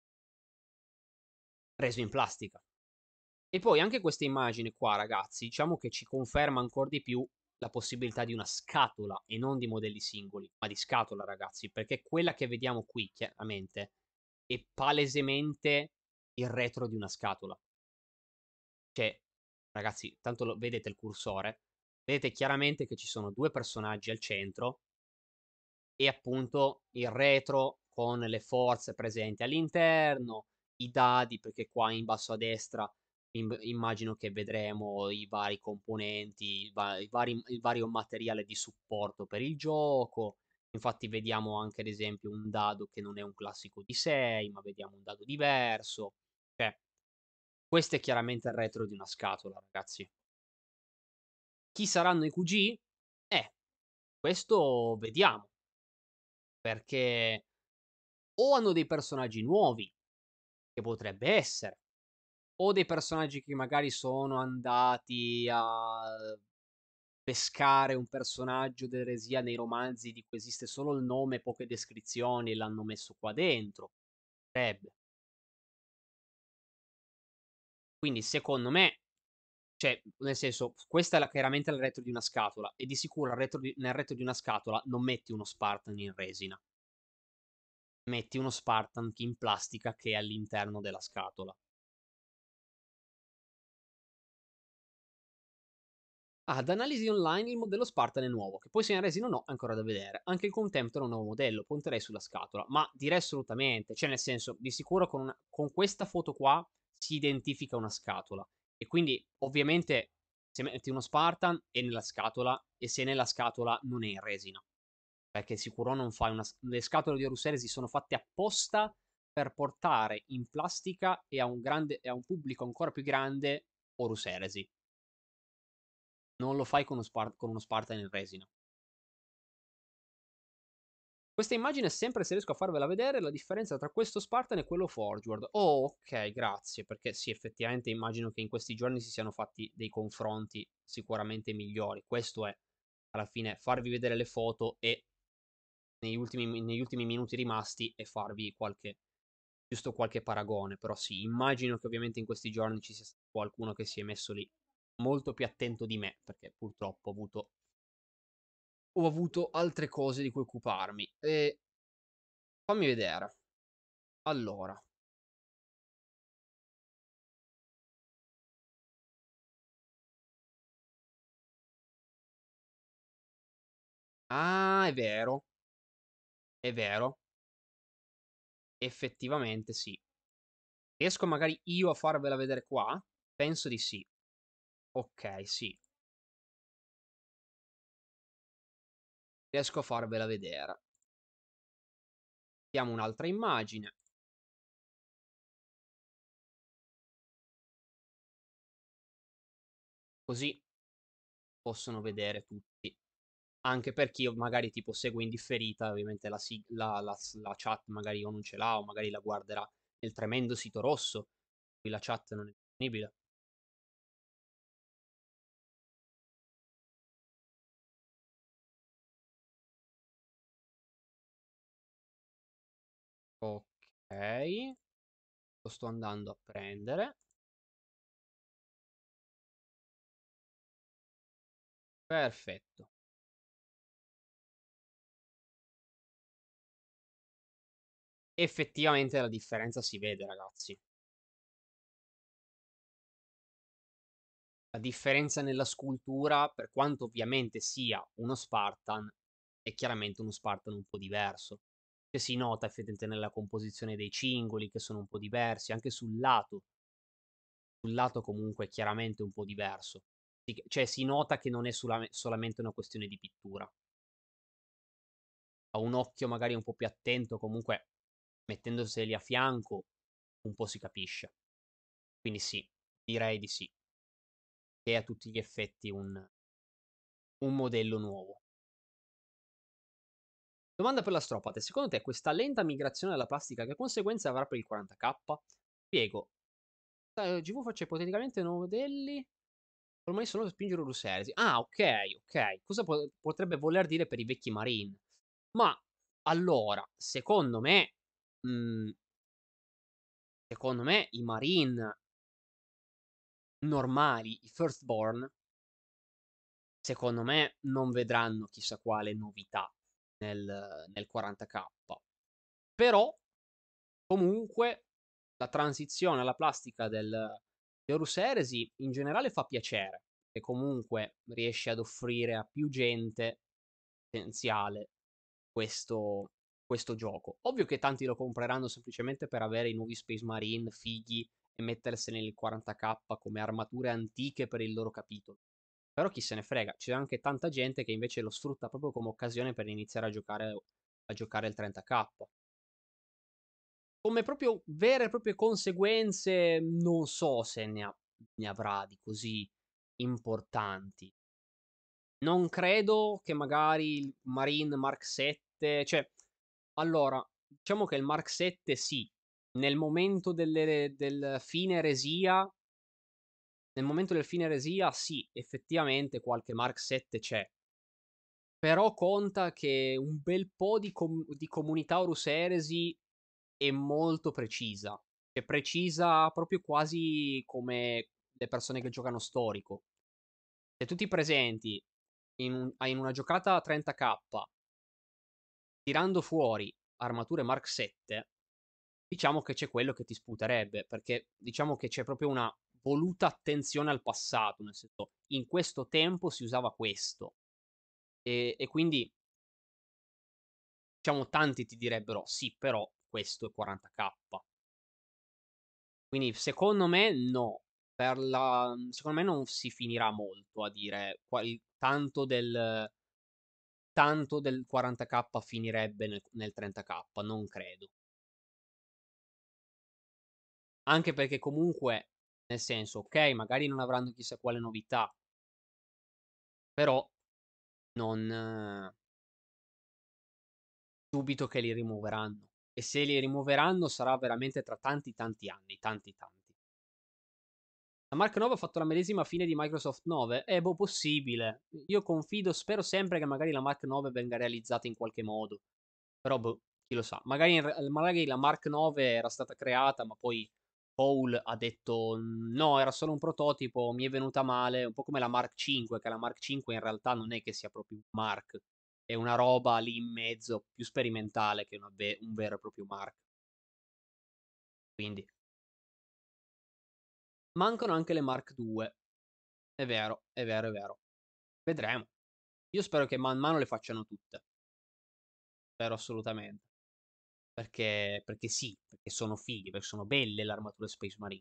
reso in plastica. E poi anche questa immagine qua, ragazzi, diciamo che ci conferma ancor di più la possibilità di una scatola e non di modelli singoli, ma di scatola, ragazzi, perché quella che vediamo qui, chiaramente, è palesemente il retro di una scatola. Cioè, ragazzi, tanto lo vedete il cursore, vedete chiaramente che ci sono due personaggi al centro e appunto il retro con le forze presenti all'interno, i dadi, perché qua in basso a destra im immagino che vedremo i vari componenti, i va i vari il vario materiale di supporto per il gioco. Infatti vediamo anche ad esempio un dado che non è un classico D sei, ma vediamo un dado diverso. Cioè, questo è chiaramente il retro di una scatola, ragazzi. Chi saranno i Q G? Eh, questo vediamo, perché o hanno dei personaggi nuovi, che potrebbe essere, o dei personaggi che magari sono andati a pescare un personaggio d'eresia nei romanzi di cui esiste solo il nome e poche descrizioni e l'hanno messo qua dentro. Potrebbe. Quindi secondo me, cioè, nel senso, questa è la chiaramente il retro di una scatola e di sicuro al retro di nel retro di una scatola non metti uno Spartan in resina. Metti uno Spartan in plastica che è all'interno della scatola. Ad analisi online il modello Spartan è nuovo, che poi sia in resina o no è ancora da vedere. Anche il Contemptor è un nuovo modello, punterei sulla scatola, ma direi assolutamente, cioè nel senso, di sicuro con, una, con questa foto qua si identifica una scatola. E quindi ovviamente se metti uno Spartan è nella scatola e se è nella scatola non è in resina. Perché sicuro non fai una... Le scatole di Horus Heresy sono fatte apposta per portare in plastica e a un, grande, e a un pubblico ancora più grande Horus Heresy. Non lo fai con uno, Spar- con uno Spartan in resina. Questa immagine è sempre, se riesco a farvela vedere, la differenza tra questo Spartan e quello Forge World. Oh, ok, grazie, perché sì, effettivamente immagino che in questi giorni si siano fatti dei confronti sicuramente migliori. Questo è, alla fine, farvi vedere le foto e negli ultimi, negli ultimi minuti rimasti e farvi qualche, giusto qualche paragone. Però sì, immagino che ovviamente in questi giorni ci sia qualcuno che si è messo lì molto più attento di me, perché purtroppo ho avuto ho avuto altre cose di cui occuparmi. E fammi vedere. Allora. Ah, è vero, è vero. Effettivamente sì. Riesco magari io a farvela vedere qua? Penso di sì. Ok, sì. Riesco a farvela vedere. Mettiamo un'altra immagine. Così possono vedere tutti. Anche per chi magari tipo segue in differita, ovviamente la, sig- la, la, la chat magari o non ce l'ha o magari la guarderà nel tremendo sito rosso. Qui la chat non è disponibile. Ok. Lo sto andando a prendere. Perfetto. Effettivamente la differenza si vede, ragazzi. La differenza nella scultura, per quanto ovviamente sia uno Spartan, è chiaramente uno Spartan un po' diverso. Che si nota effettivamente nella composizione dei cingoli, che sono un po' diversi, anche sul lato. Sul lato comunque è chiaramente un po' diverso. Sì, cioè si nota che non è solame- solamente una questione di pittura. A un occhio magari un po' più attento, comunque mettendoseli a fianco, un po' si capisce. Quindi sì, direi di sì. Che è a tutti gli effetti un, un modello nuovo. Domanda per l'astropate. Secondo te questa lenta migrazione alla plastica che conseguenze avrà per il quaranta K? Spiego. Eh, G V faccia ipoteticamente nuovi modelli. Ormai solo per spingere Uruseresi. Ah, ok, ok. Cosa po- potrebbe voler dire per i vecchi Marine? Ma allora, secondo me, mh, secondo me i Marine normali, i Firstborn, secondo me non vedranno chissà quale novità nel, nel quaranta K. Però, comunque, la transizione alla plastica del di Horus Heresy in generale fa piacere. E comunque riesce ad offrire a più gente potenziale questo, questo gioco. Ovvio che tanti lo compreranno semplicemente per avere i nuovi Space Marine fighi e mettersene il quaranta K come armature antiche per il loro capitolo. Però chi se ne frega, c'è anche tanta gente che invece lo sfrutta proprio come occasione per iniziare a giocare, a giocare il trenta K. Come proprio vere e proprie conseguenze, non so se ne, ha- ne avrà di così importanti. Non credo che magari il Marine Mark sette, cioè, allora, diciamo che il Mark sette sì, nel momento delle- del fine eresia, nel momento del fine eresia sì, effettivamente qualche Mark sette c'è. Però conta che un bel po' di, com- di comunità Horus Eresi è molto precisa. È precisa proprio quasi come le persone che giocano storico. Se tu ti presenti in, un- in una giocata a trenta K tirando fuori armature Mark sette, diciamo che c'è quello che ti sputerebbe, perché diciamo che c'è proprio una voluta attenzione al passato, nel senso, in questo tempo si usava questo. E, e quindi, diciamo, tanti ti direbbero, sì, però questo è quaranta K. Quindi secondo me no. Per la... Secondo me non si finirà molto a dire qual- tanto del, tanto del quaranta K finirebbe nel, nel trenta K, non credo. Anche perché comunque, nel senso, ok, magari non avranno chissà quale novità, però non eh, dubito che li rimuoveranno. E se li rimuoveranno sarà veramente tra tanti tanti anni, tanti tanti. La Mark nove ha fatto la medesima fine di Microsoft nove? È boh, possibile. Io confido, spero sempre che magari la Mark nove venga realizzata in qualche modo. Però, boh, chi lo sa. Magari, in re- magari la Mark nove era stata creata, ma poi Paul ha detto no, era solo un prototipo, mi è venuta male. Un po' come la Mark cinque, che la Mark cinque in realtà non è che sia proprio un Mark. è una roba lì in mezzo, più sperimentale che una ve un vero e proprio mark. Quindi mancano anche le Mark due. È vero, è vero, è vero. Vedremo. Io spero che man mano le facciano tutte. Spero assolutamente. Perché perché sì, perché sono fighi, perché sono belle le armature Space Marine.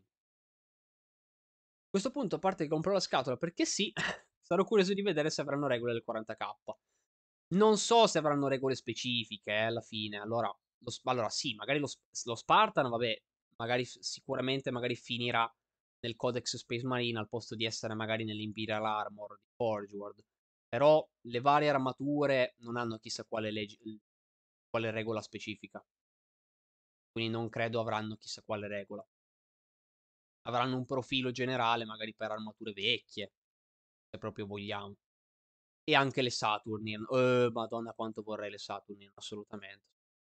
A questo punto, a parte che compro la scatola perché sì, sarò curioso di vedere se avranno regole del quaranta K. Non so se avranno regole specifiche, eh, alla fine. Allora, lo s allora sì, magari lo s lo Spartan, vabbè, magari s sicuramente magari finirà nel Codex Space Marine al posto di essere magari nell'Imperial Armor di Forge World. Però le varie armature non hanno chissà quale legge l quale regola specifica. Quindi non credo avranno chissà quale regola. Avranno un profilo generale magari per armature vecchie, se proprio vogliamo. E anche le Saturnian. Uh, Madonna quanto vorrei le Saturnian, assolutamente.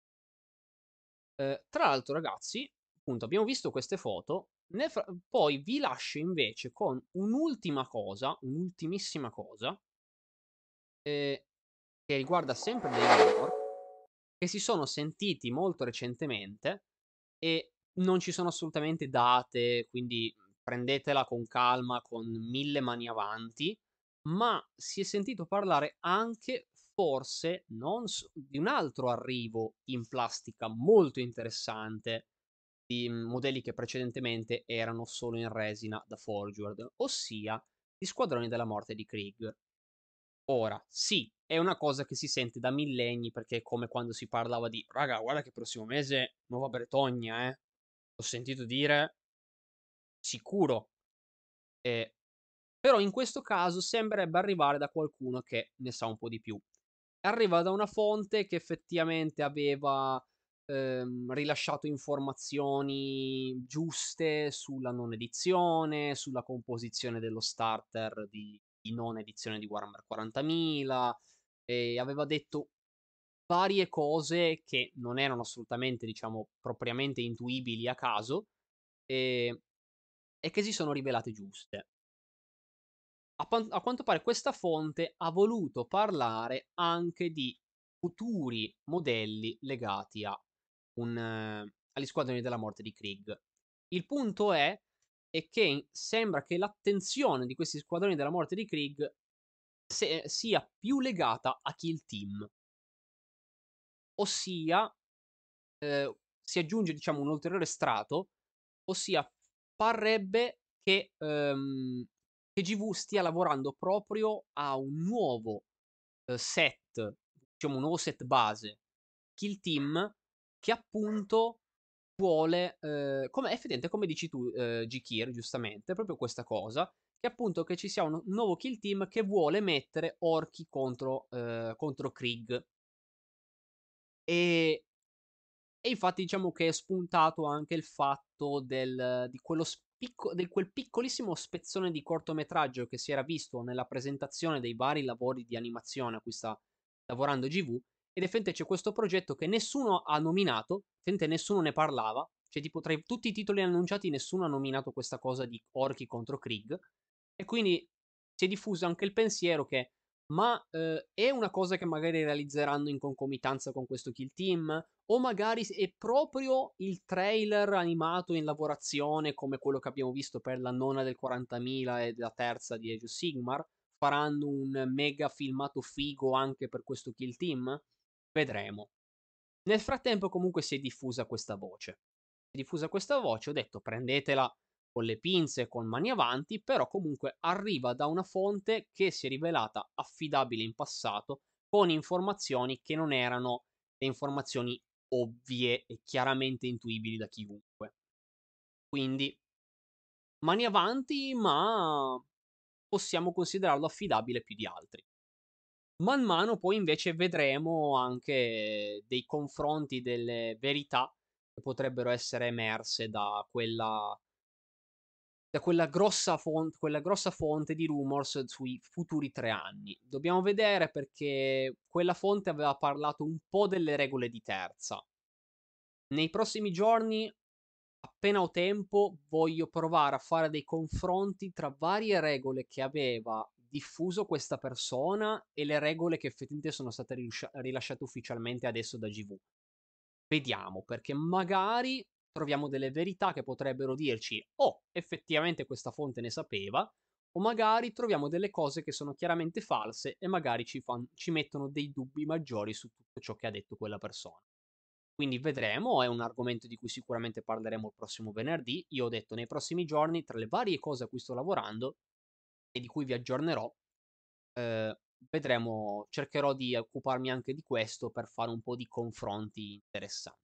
Ehm, tra l'altro ragazzi, appunto abbiamo visto queste foto, nel fra poi vi lascio invece con un'ultima cosa, un'ultimissima cosa, ehm, che riguarda sempre dei rumor, che si sono sentiti molto recentemente e non ci sono assolutamente date, quindi prendetela con calma, con mille mani avanti, ma si è sentito parlare anche, forse, non s di un altro arrivo in plastica molto interessante di modelli che precedentemente erano solo in resina da Forge World, ossia gli Squadroni della Morte di Krieg. Ora, sì, è una cosa che si sente da millenni perché è come quando si parlava di raga, guarda che prossimo mese nuova Bretogna, eh. Ho sentito dire sicuro. Eh, però in questo caso sembrerebbe arrivare da qualcuno che ne sa un po' di più. Arriva da una fonte che effettivamente aveva ehm, rilasciato informazioni giuste sulla non edizione, sulla composizione dello starter di, di non edizione di Warhammer quarantamila, e aveva detto varie cose che non erano assolutamente, diciamo, propriamente intuibili a caso, e, e che si sono rivelate giuste. A, pan- a quanto pare questa fonte ha voluto parlare anche di futuri modelli legati a un, eh, agli squadroni della morte di Krieg. Il punto è, è che sembra che l'attenzione di questi squadroni della morte di Krieg se- sia più legata a Kill Team, ossia eh, si aggiunge diciamo un ulteriore strato, ossia parrebbe che, ehm, che G V stia lavorando proprio a un nuovo eh, set, diciamo un nuovo set base, Kill Team, che appunto vuole, eh, come, effettivamente come dici tu, eh, G-Kier, giustamente, proprio questa cosa, che appunto che ci sia un, un nuovo Kill Team che vuole mettere orchi contro, eh, contro Krieg. E e infatti diciamo che è spuntato anche il fatto del di quello spicco di quel piccolissimo spezzone di cortometraggio che si era visto nella presentazione dei vari lavori di animazione a cui sta lavorando G V, ed effettivamente c'è questo progetto che nessuno ha nominato, effettivamente nessuno ne parlava, cioè tipo tra i tutti i titoli annunciati nessuno ha nominato questa cosa di orchi contro Krieg, e quindi si è diffuso anche il pensiero che ma eh, è una cosa che magari realizzeranno in concomitanza con questo Kill Team? O magari è proprio il trailer animato in lavorazione, come quello che abbiamo visto per la nona del quarantamila e la terza di Age of Sigmar? Faranno un mega filmato figo anche per questo Kill Team? Vedremo. Nel frattempo comunque si è diffusa questa voce. Si è diffusa questa voce, ho detto prendetela con le pinze, con mani avanti, però comunque arriva da una fonte che si è rivelata affidabile in passato, con informazioni che non erano le informazioni ovvie e chiaramente intuibili da chiunque. Quindi mani avanti, ma possiamo considerarlo affidabile più di altri. Man mano poi invece vedremo anche dei confronti, delle verità che potrebbero essere emerse da quella da quella grossa fon quella grossa fonte di rumors sui futuri tre anni. Dobbiamo vedere perché quella fonte aveva parlato un po' delle regole di terza. Nei prossimi giorni, appena ho tempo, voglio provare a fare dei confronti tra varie regole che aveva diffuso questa persona e le regole che effettivamente sono state riuscia- rilasciate ufficialmente adesso da G V. Vediamo, perché magari troviamo delle verità che potrebbero dirci, oh, effettivamente questa fonte ne sapeva, o magari troviamo delle cose che sono chiaramente false e magari ci, fan- ci mettono dei dubbi maggiori su tutto ciò che ha detto quella persona. Quindi vedremo, è un argomento di cui sicuramente parleremo il prossimo venerdì. Io ho detto nei prossimi giorni, tra le varie cose a cui sto lavorando e di cui vi aggiornerò, eh, vedremo, cercherò di occuparmi anche di questo per fare un po' di confronti interessanti.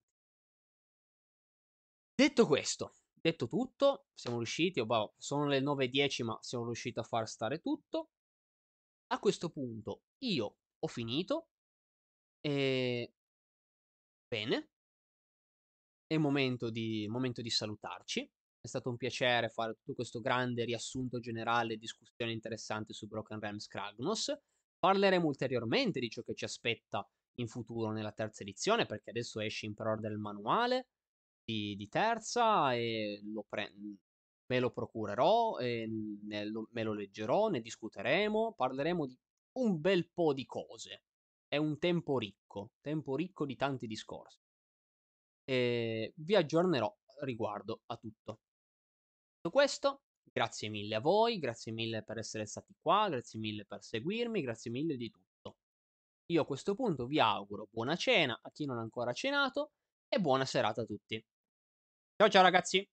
Detto questo, detto tutto, siamo riusciti, oh, boh, sono le nove e dieci, ma siamo riusciti a far stare tutto. A questo punto io ho finito e bene, è momento di, momento di salutarci. È stato un piacere fare tutto questo grande riassunto generale, discussione interessante su Broken Realms Kragnos. Parleremo ulteriormente di ciò che ci aspetta in futuro nella terza edizione, perché adesso esce in pre-order il manuale di, di terza e lo pre- me lo procurerò, e ne- lo- me lo leggerò, ne discuteremo, parleremo di un bel po' di cose. È un tempo ricco, tempo ricco di tanti discorsi. E vi aggiornerò riguardo a tutto. Detto questo, grazie mille a voi, grazie mille per essere stati qua, grazie mille per seguirmi, grazie mille di tutto. Io a questo punto vi auguro buona cena a chi non ha ancora cenato e buona serata a tutti. Ciao ciao ragazzi!